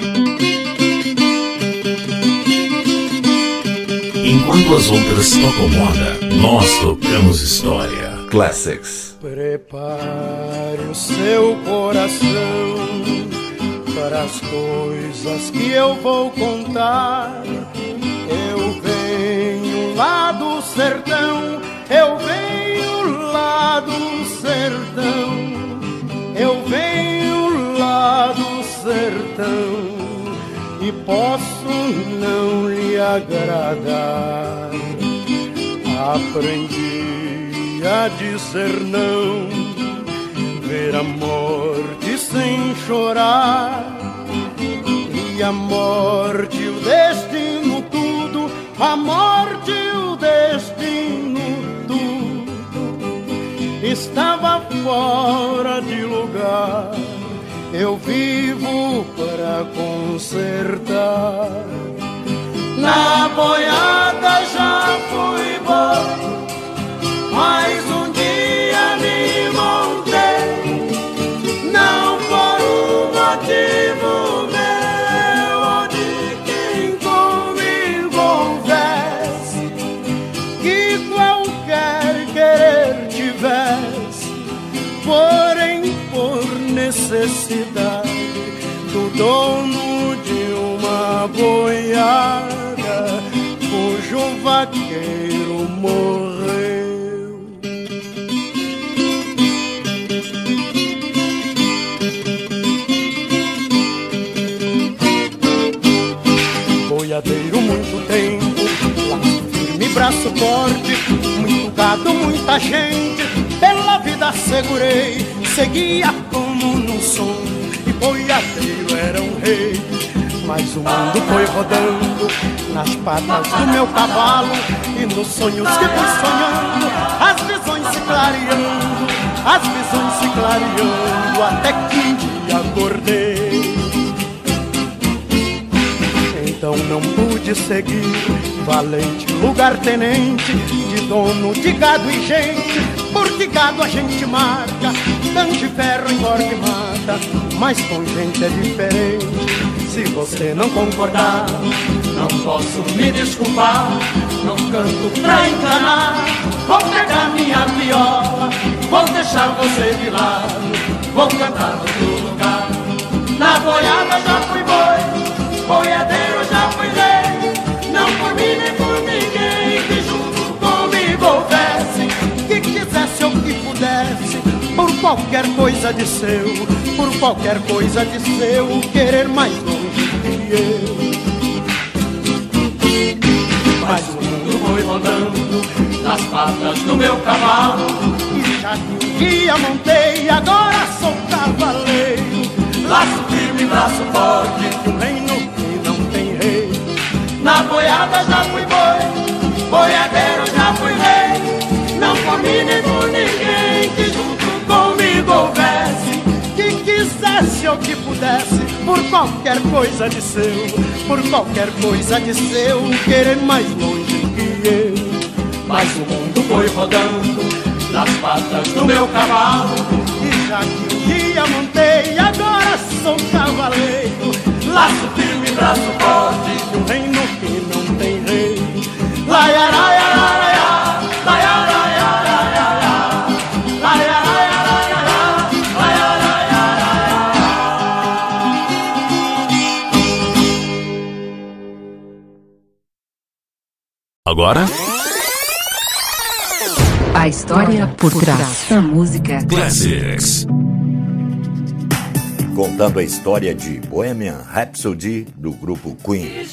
S1: Enquanto as outras tocam moda, nós tocamos história. Classics.
S6: Prepare o seu coração para as coisas que eu vou contar. Eu venho lá do sertão, eu venho lá do sertão, eu venho lá do sertão. E posso não lhe agradar. Aprendi a dizer não, ver a morte sem chorar. E a morte, o destino, tudo. A morte, o destino, tudo estava fora de lugar. Eu vivo para consertar. Na boiada já fui bom, mas um dia me montei, não por um motivo meu ou de quem comigo houvesse, que qualquer querer tivesse, porém por necessidade do dono de uma boiada cujo vaqueiro morreu. Boiadeiro muito tempo, laço firme, braço forte, muito gado, muita gente, pela vida segurei, seguia como num sonho, e boiadeiro era um rei. Mas o mundo foi rodando nas patas do meu cavalo, e nos sonhos que fui sonhando, as visões se clareando, as visões se clareando, até que um dia acordei. Então não pude seguir, valente lugar-tenente, de dono de gado e gente, porque gado a gente marca, tanto de ferro engorda e mata, mas com gente é diferente. Se você não concordar, não posso me desculpar, não canto pra enganar, vou pegar minha viola, vou deixar você de lado, vou cantar no outro lugar. Na boiada já fui boi, boiadeiro já fui rei, não por mim nem por ninguém que junto comigo houvesse, que quisesse ou que pudesse, por qualquer coisa de seu, por qualquer coisa de seu, querer mais longe que eu. Mas o mundo foi rodando nas patas do meu cavalo, e já que um dia montei, agora sou cavaleiro. Laço firme, braço forte, um reino que não tem rei. Na boiada já fui boi, boiadeiro já fui rei, não por mim nem por ninguém que junto comigo houvesse, que quisesse ou que pudesse, por qualquer coisa de seu, por qualquer coisa de seu, querer mais longe que eu. Mas o mundo foi rodando nas patas do meu cavalo, e já que um dia montei, agora sou cavaleiro. Laço firme, braço forte, um reino que não tem rei. Laiaraiaraiá, laiaraiaraiá, laiaraiaraiá, laiaraiaraiá.
S1: Agora,
S3: A história por trás da música.
S1: Classics.
S4: Contando a história de Bohemian Rhapsody, do grupo Queen.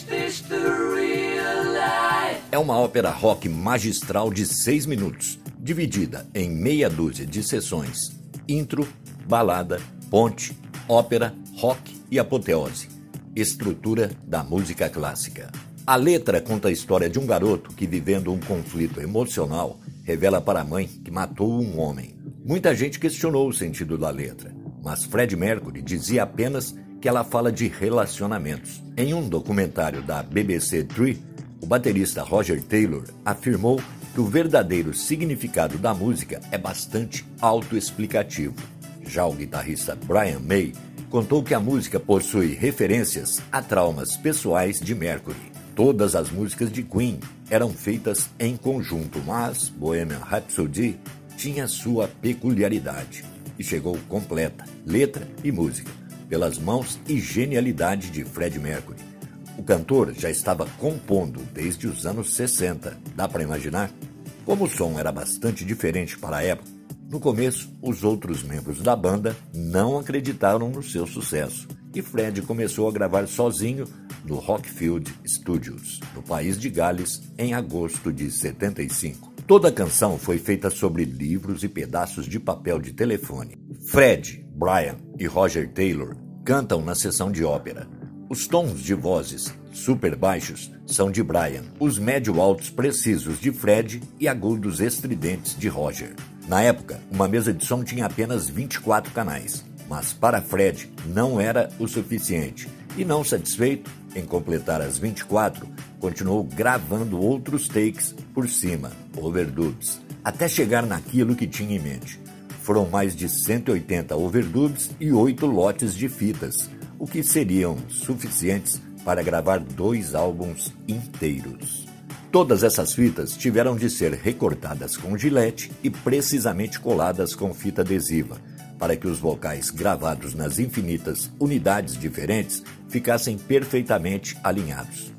S4: É uma ópera rock magistral de seis minutos, dividida em meia dúzia de sessões: intro, balada, ponte, ópera, rock e apoteose. Estrutura da música clássica. A letra conta a história de um garoto que, vivendo um conflito emocional, revela para a mãe que matou um homem. Muita gente questionou o sentido da letra, mas Freddie Mercury dizia apenas que ela fala de relacionamentos. Em um documentário da B B C três, o baterista Roger Taylor afirmou que o verdadeiro significado da música é bastante autoexplicativo. Já o guitarrista Brian May contou que a música possui referências a traumas pessoais de Mercury. Todas as músicas de Queen eram feitas em conjunto, mas Bohemian Rhapsody tinha sua peculiaridade e chegou completa, letra e música, pelas mãos e genialidade de Freddie Mercury. O cantor já estava compondo desde os anos sessenta, dá para imaginar? Como o som era bastante diferente para a época, no começo os outros membros da banda não acreditaram no seu sucesso e Freddie começou a gravar sozinho no Rockfield Studios, no país de Gales, em agosto de setenta e cinco. Toda a canção foi feita sobre livros e pedaços de papel de telefone. Fred, Brian e Roger Taylor cantam na sessão de ópera. Os tons de vozes super baixos são de Brian, os médio-altos precisos de Fred e agudos estridentes de Roger. Na época, uma mesa de som tinha apenas vinte e quatro canais, mas para Fred não era o suficiente e, não satisfeito em completar as vinte e quatro, continuou gravando outros takes por cima, overdubs, até chegar naquilo que tinha em mente. Foram mais de cento e oitenta overdubs e oito lotes de fitas, o que seriam suficientes para gravar dois álbuns inteiros. Todas essas fitas tiveram de ser recortadas com gilete e precisamente coladas com fita adesiva, para que os vocais gravados nas infinitas unidades diferentes ficassem perfeitamente alinhados.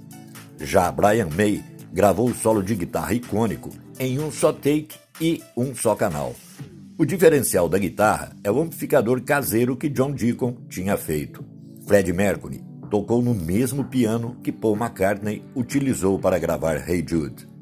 S4: Já Brian May gravou o solo de guitarra icônico em um só take e um só canal. O diferencial da guitarra é o amplificador caseiro que John Deacon tinha feito. Freddie Mercury tocou no mesmo piano que Paul McCartney utilizou para gravar Hey Jude.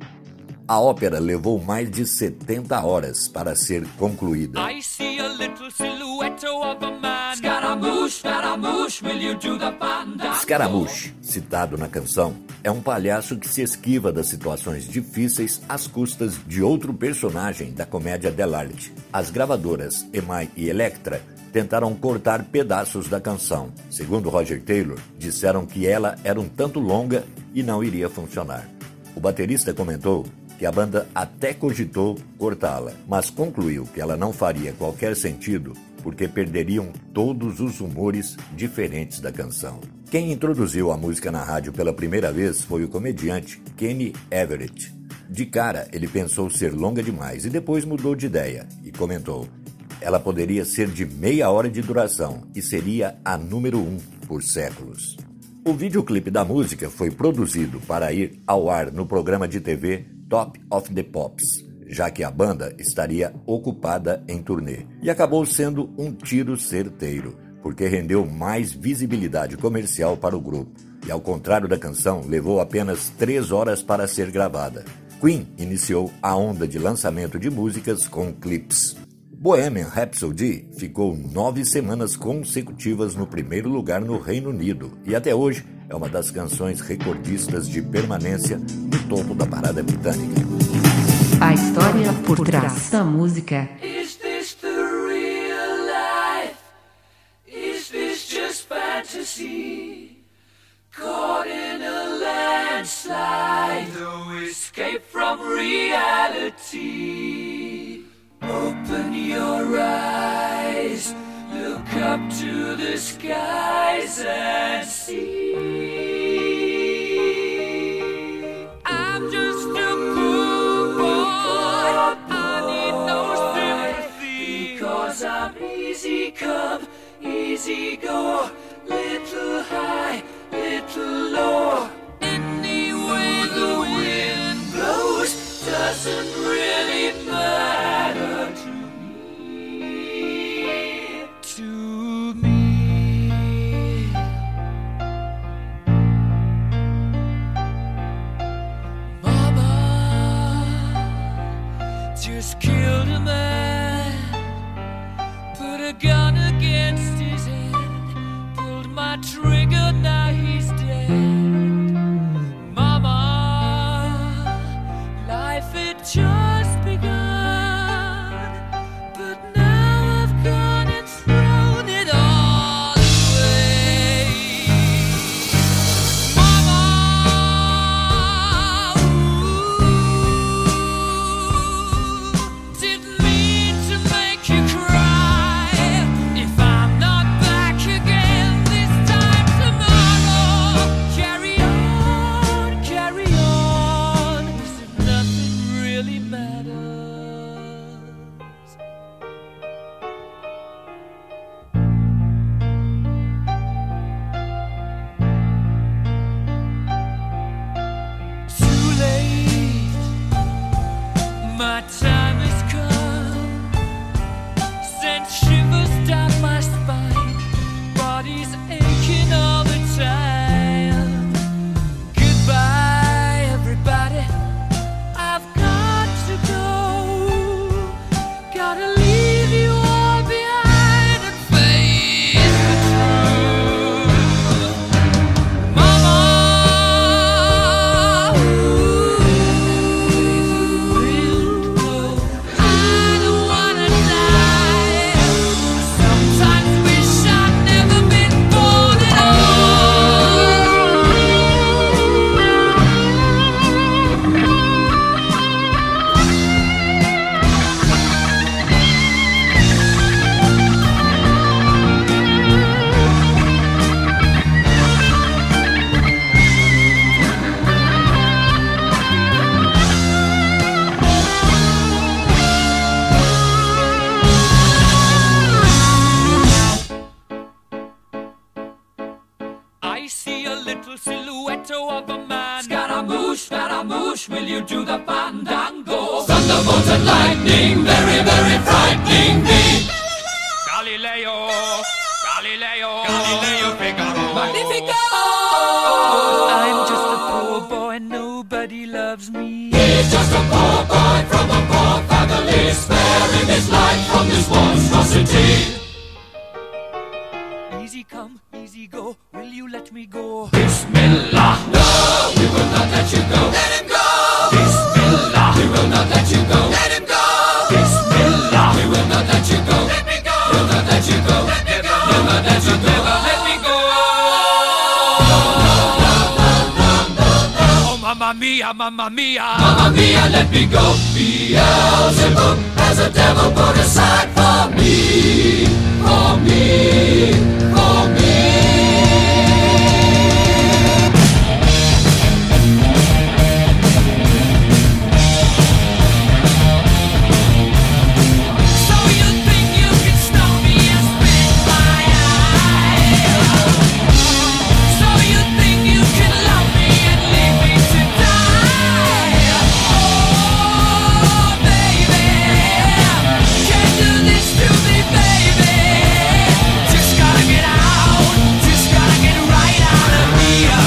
S4: A ópera levou mais de setenta horas para ser concluída.
S10: I see a little silhouette of a man. Scaramouche, Scaramouche, will you do the fandango?
S4: Scaramouche, citado na canção, é um palhaço que se esquiva das situações difíceis às custas de outro personagem da comédia dell'arte. As gravadoras E M I e Elektra tentaram cortar pedaços da canção. Segundo Roger Taylor, disseram que ela era um tanto longa e não iria funcionar. O baterista comentou que a banda até cogitou cortá-la, mas concluiu que ela não faria qualquer sentido porque perderiam todos os humores diferentes da canção. Quem introduziu a música na rádio pela primeira vez foi o comediante Kenny Everett. De cara, ele pensou ser longa demais e depois mudou de ideia e comentou: ela poderia ser de meia hora de duração e seria a número um por séculos. O videoclipe da música foi produzido para ir ao ar no programa de T V Top of the Pops, já que a banda estaria ocupada em turnê, e acabou sendo um tiro certeiro, porque rendeu mais visibilidade comercial para o grupo, e ao contrário da canção, levou apenas três horas para ser gravada. Queen iniciou a onda de lançamento de músicas com clipes. Bohemian Rhapsody ficou nove semanas consecutivas no primeiro lugar no Reino Unido e até hoje é uma das canções recordistas de permanência no topo da parada britânica.
S3: A história por trás da música.
S10: Is this the real life? Is this just fantasy? Caught in a landslide, no escape from reality. Open your eyes, look up to the skies and see. I'm just a poor boy, I need no sympathy, because I'm easy come, easy go, little high, little low. Any way the wind blows, gun against his head, pulled my trigger, now he's dead. Mama, life had just begun, but now I've gone and thrown it all away. Mama, ooh, didn't mean to make you cry. If I'm not back again this time tomorrow, carry on, carry on, as if nothing really matters. Too late, my time has come. Sent shivers down my spine, body's aching all the time. Goodbye, everybody, I've got to go. Gotta leave you all behind and face the truth. Mama, ooh, I don't wanna die. Sometimes wish I'd never been born at I see a little silhouette of a man. Scaramouche, Scaramouche, will you do the fandango? Thunderbolt and lightning, very, very frightening me. Galileo, Galileo, Galileo Figaro. Magnifico! I'm just a poor boy, nobody loves me. He's just a poor boy from a poor family, sparing his life from this monstrosity. Easy come, easy go, will you let me go? Bismillah, no, we will not let you go. Let him go! Bismillah, we will not let you go. Let him go! Bismillah, we will not let you go. Let me go! We'll not let you go. Let me go! We'll not let you go. Let me go! Oh, mamma mia, mamma mia, mamma mia, let me go. Beelzebub has a devil put aside for me, for me, for me. So you think you can stop me and spit my eye? So you think you can love me and leave me to die? Oh, baby, can't do this to me, baby. Just gotta get out, just gotta get right out of here.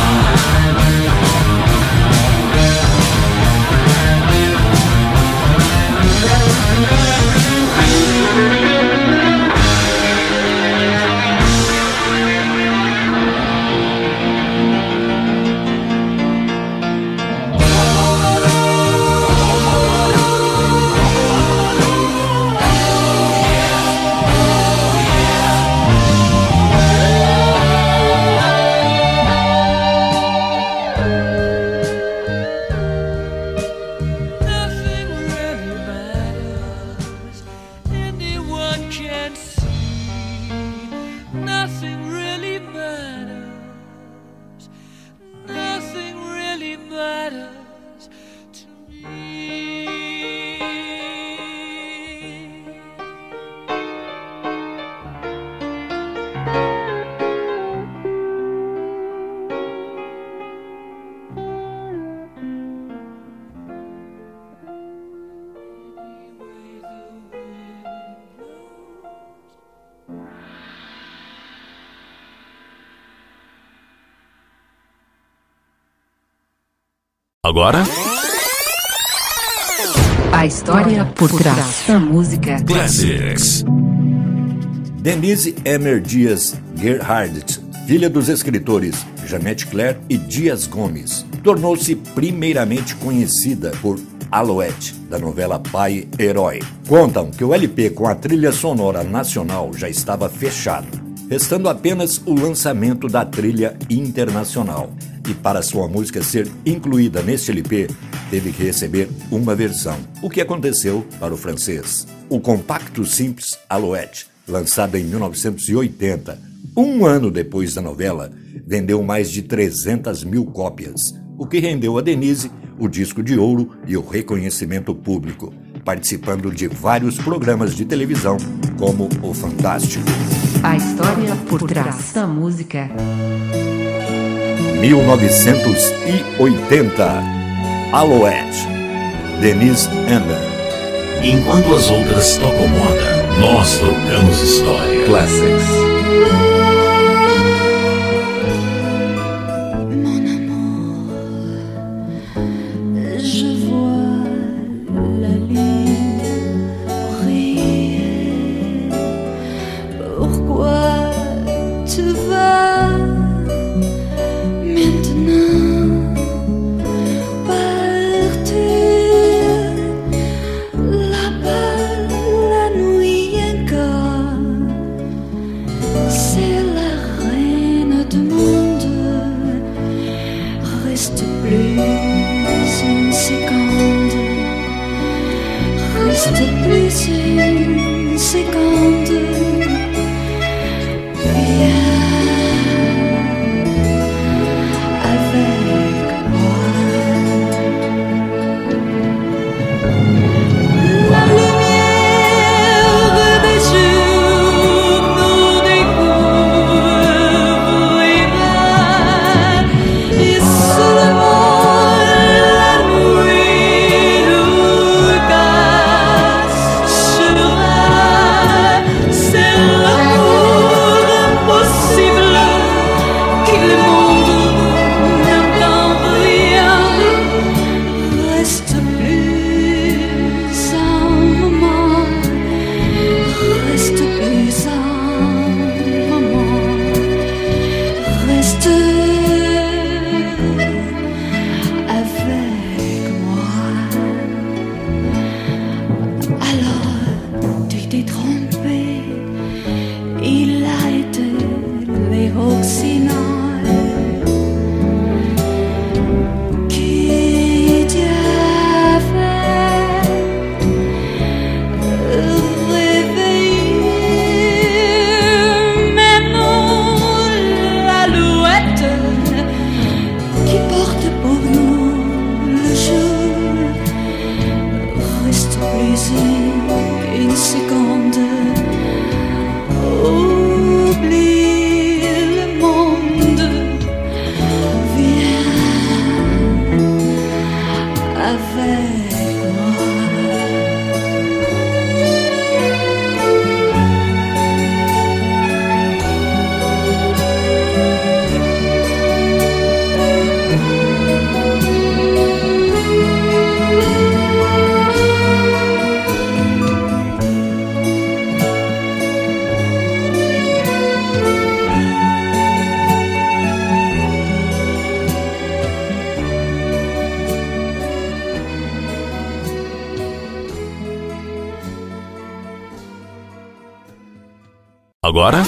S10: Nothing really matters, anyone can see. Nothing really matters, nothing really matters to me.
S2: Agora,
S3: A história por trás da música.
S2: Classics.
S4: Denise Emmer Dias Gerhardt, filha dos escritores Jeanette Claire e Dias Gomes, tornou-se primeiramente conhecida por Alouette, da novela Pai Herói. Contam que o L P com a trilha sonora nacional já estava fechado, restando apenas o lançamento da trilha internacional. E para sua música ser incluída neste L P, teve que receber uma versão, o que aconteceu para o francês. O compacto simples Alouette, lançado em mil novecentos e oitenta, um ano depois da novela, vendeu mais de trezentas mil cópias, o que rendeu a Denise o disco de ouro e o reconhecimento público, participando de vários programas de televisão, como o Fantástico.
S3: A história por trás da música.
S4: mil novecentos e oitenta. Alouette, Denise Emmer.
S1: Enquanto as outras tocam moda, nós tocamos história.
S4: Classics.
S2: Agora,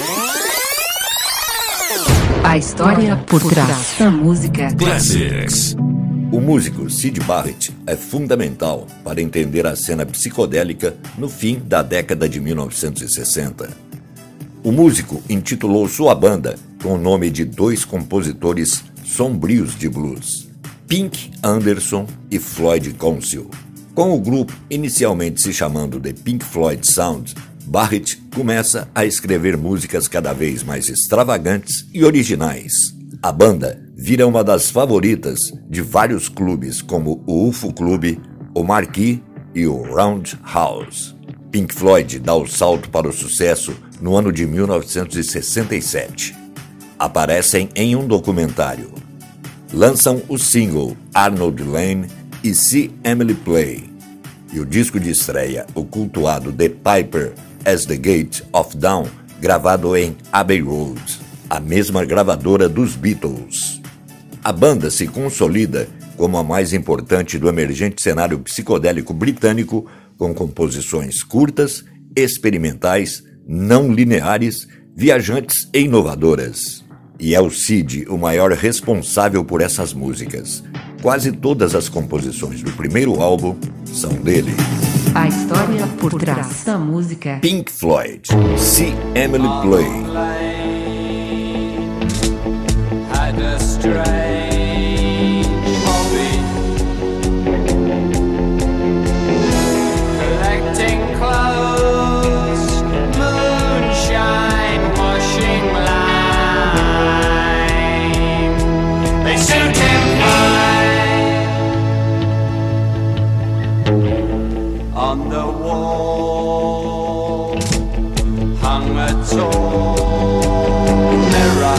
S3: a história por trás da música.
S1: Classics.
S4: O músico Syd Barrett é fundamental para entender a cena psicodélica no fim da década de mil novecentos e sessenta. O músico intitulou sua banda com o nome de dois compositores sombrios de blues, Pink Anderson e Floyd Council. Com o grupo inicialmente se chamando The Pink Floyd Sound, Barrett começa a escrever músicas cada vez mais extravagantes e originais. A banda vira uma das favoritas de vários clubes como o U F O Club, o Marquee e o Roundhouse. Pink Floyd dá o salto para o sucesso no ano de mil novecentos e sessenta e sete. Aparecem em um documentário. Lançam o single Arnold Lane e See Emily Play. E o disco de estreia, o cultuado The Piper as the Gate of Dawn, gravado em Abbey Road, a mesma gravadora dos Beatles. A banda se consolida como a mais importante do emergente cenário psicodélico britânico, com composições curtas, experimentais, não lineares, viajantes e inovadoras. E é o Sid o maior responsável por essas músicas. Quase todas as composições do primeiro álbum são dele.
S3: A história por trás da música.
S4: Pink Floyd, See Emily Play.
S10: Had a strange hobby, collecting clothes, moonshine, washing line. They suit him fine. On the wall hung a tall mirror,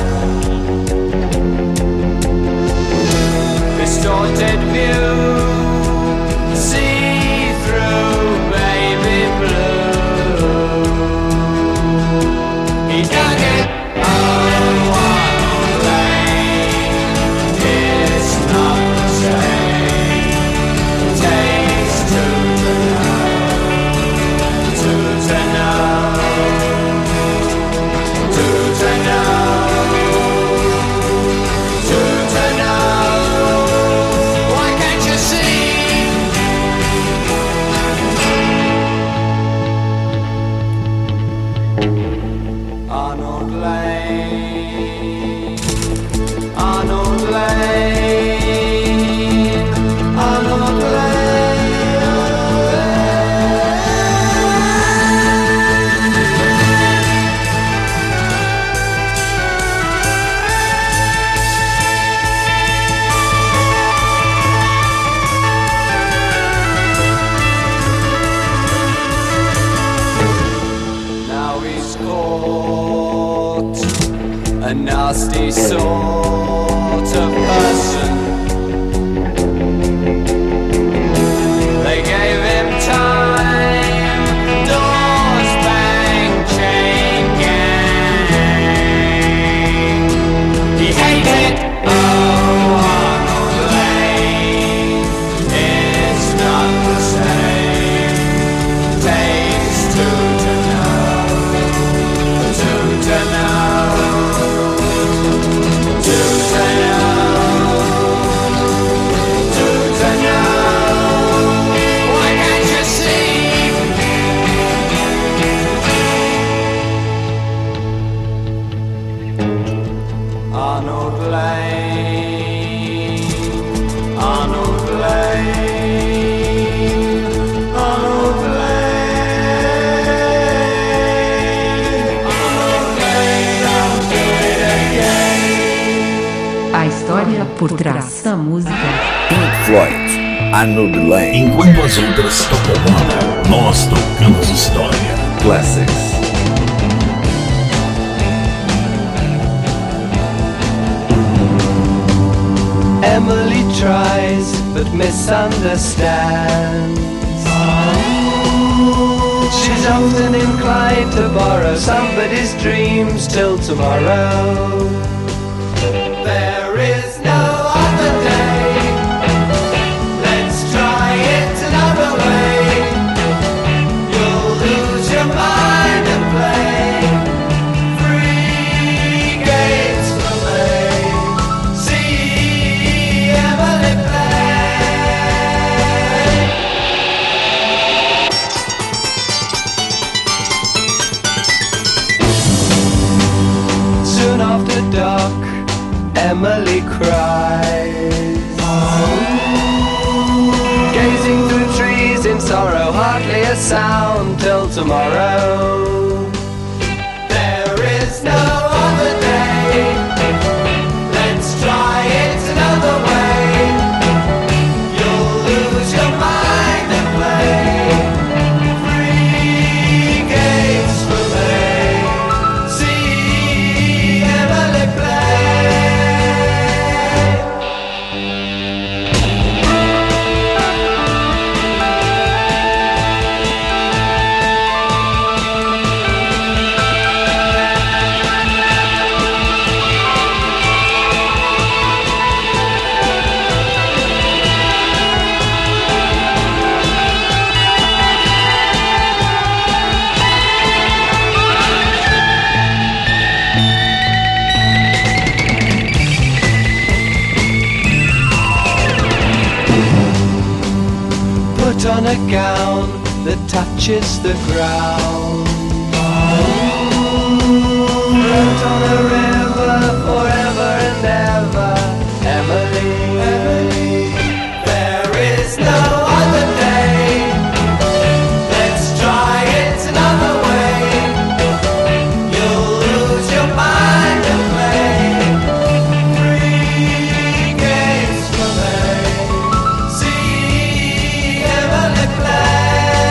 S10: distorted view, see through baby blue. He dug it, oh, one lane. It's not the same. Takes two to know, two to know, two to know, two to know. Why can't you see? Arnold Lane, Arnold Lane, Arnold Now he's caught, a nasty sort of person. They gave him time, doors bang, chain gang. He hated, oh, Arnold Lane. It's not the same. Takes two to know, two to know, two to know, two to know. Why can't you see? Arnold Lane, Arnold Lane, Arnold Lane, Arnold Lane, I'll do it again.
S3: A história por trás da música.
S4: Pink Floyd, Arnold Lane.
S1: Enquanto as outras tocam moda, nós tocamos história.
S4: Classics.
S10: Emily tries but misunderstands. She's often inclined to borrow somebody's dreams till tomorrow. There is no other day. Let's try it another way. You'll lose your mind and play free games for me. See Emily play. Soon after dark, Emily cries, gazing through trees in sorrow, hardly a sound till tomorrow. There is no other day. Let's try it another way. You'll lose your mind and play free games for me. See Emily play.
S11: a gown that touches the ground. Float on a river forever and ever, Emily, Emily. There is no other day. Let's try it another way. You'll lose your mind and play three games for me. See Emily play.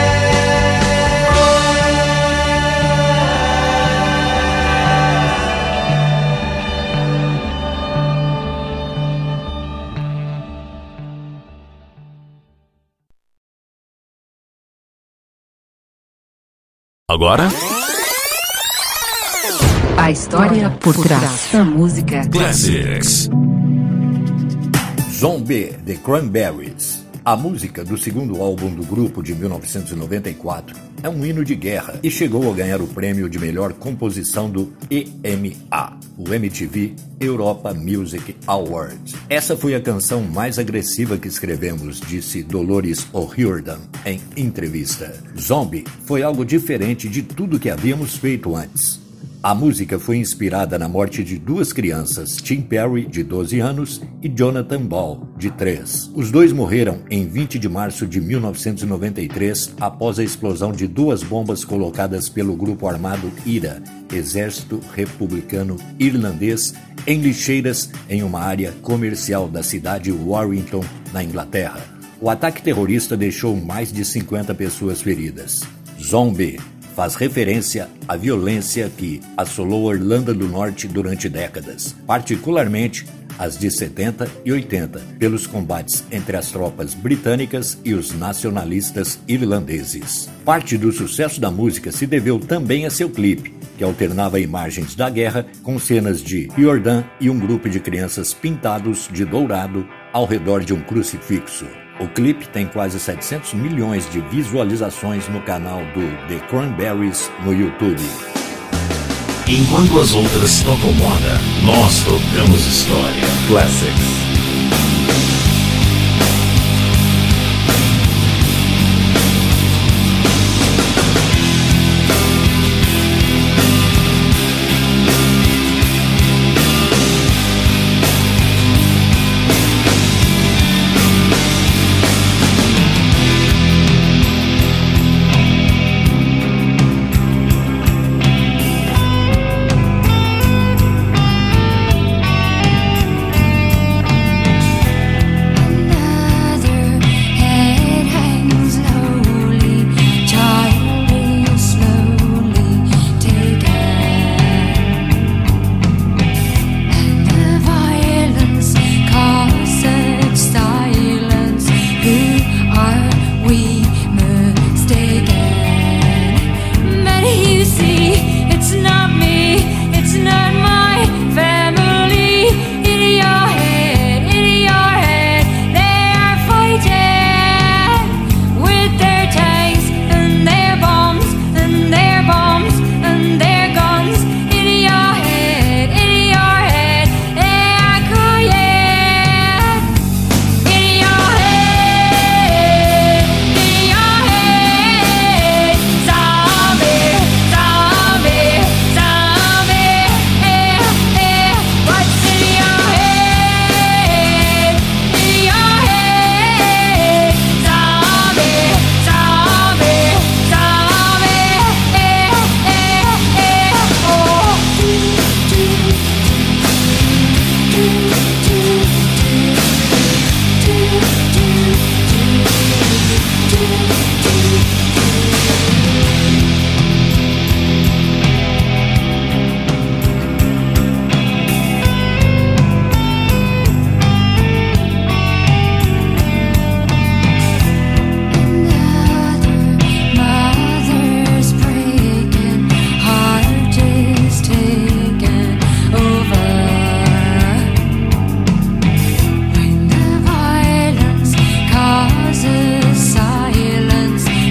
S2: Agora?
S3: A história por trás da música.
S1: Classics.
S4: Zombie, The Cranberries. A música do segundo álbum do grupo de mil novecentos e noventa e quatro é um hino de guerra e chegou a ganhar o prêmio de melhor composição do E M A, o M T V Europa Music Awards. Essa foi a canção mais agressiva que escrevemos, disse Dolores O'Riordan em entrevista. Zombie foi algo diferente de tudo que havíamos feito antes. A música foi inspirada na morte de duas crianças, Tim Perry, de doze anos, e Jonathan Ball, de três. Os dois morreram em vinte de março de mil novecentos e noventa e três após a explosão de duas bombas colocadas pelo grupo armado I R A, Exército Republicano Irlandês, em lixeiras em uma área comercial da cidade de Warrington, na Inglaterra. O ataque terrorista deixou mais de cinquenta pessoas feridas. Zombie faz referência à violência que assolou a Irlanda do Norte durante décadas, particularmente as de setenta e oitenta, pelos combates entre as tropas britânicas e os nacionalistas irlandeses. Parte do sucesso da música se deveu também a seu clipe, que alternava imagens da guerra com cenas de Riordan e um grupo de crianças pintados de dourado ao redor de um crucifixo. O clipe tem quase setecentos milhões de visualizações no canal do The Cranberries no YouTube.
S1: Enquanto as outras tocam moda, nós tocamos história. Classics.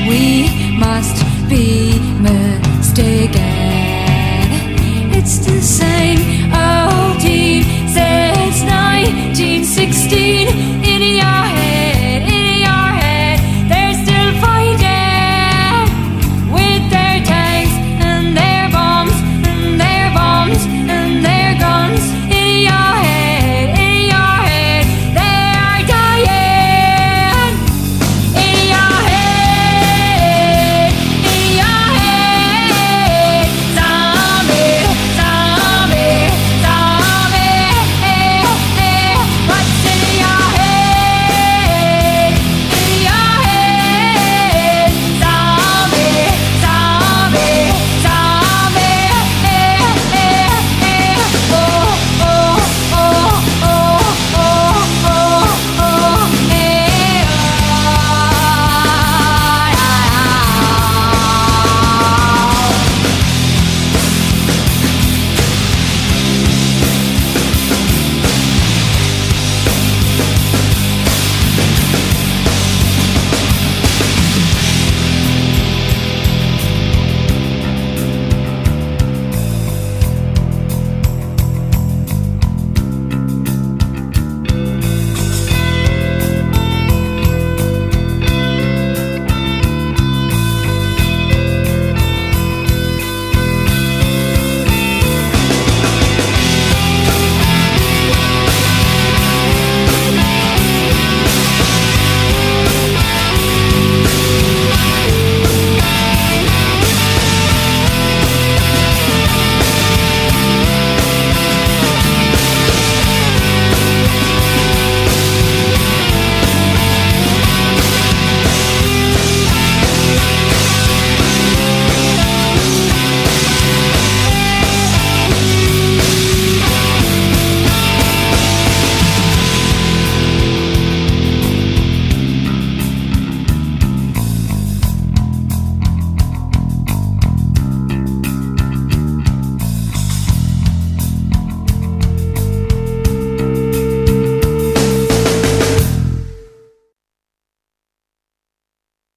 S9: Be mistaken. It's the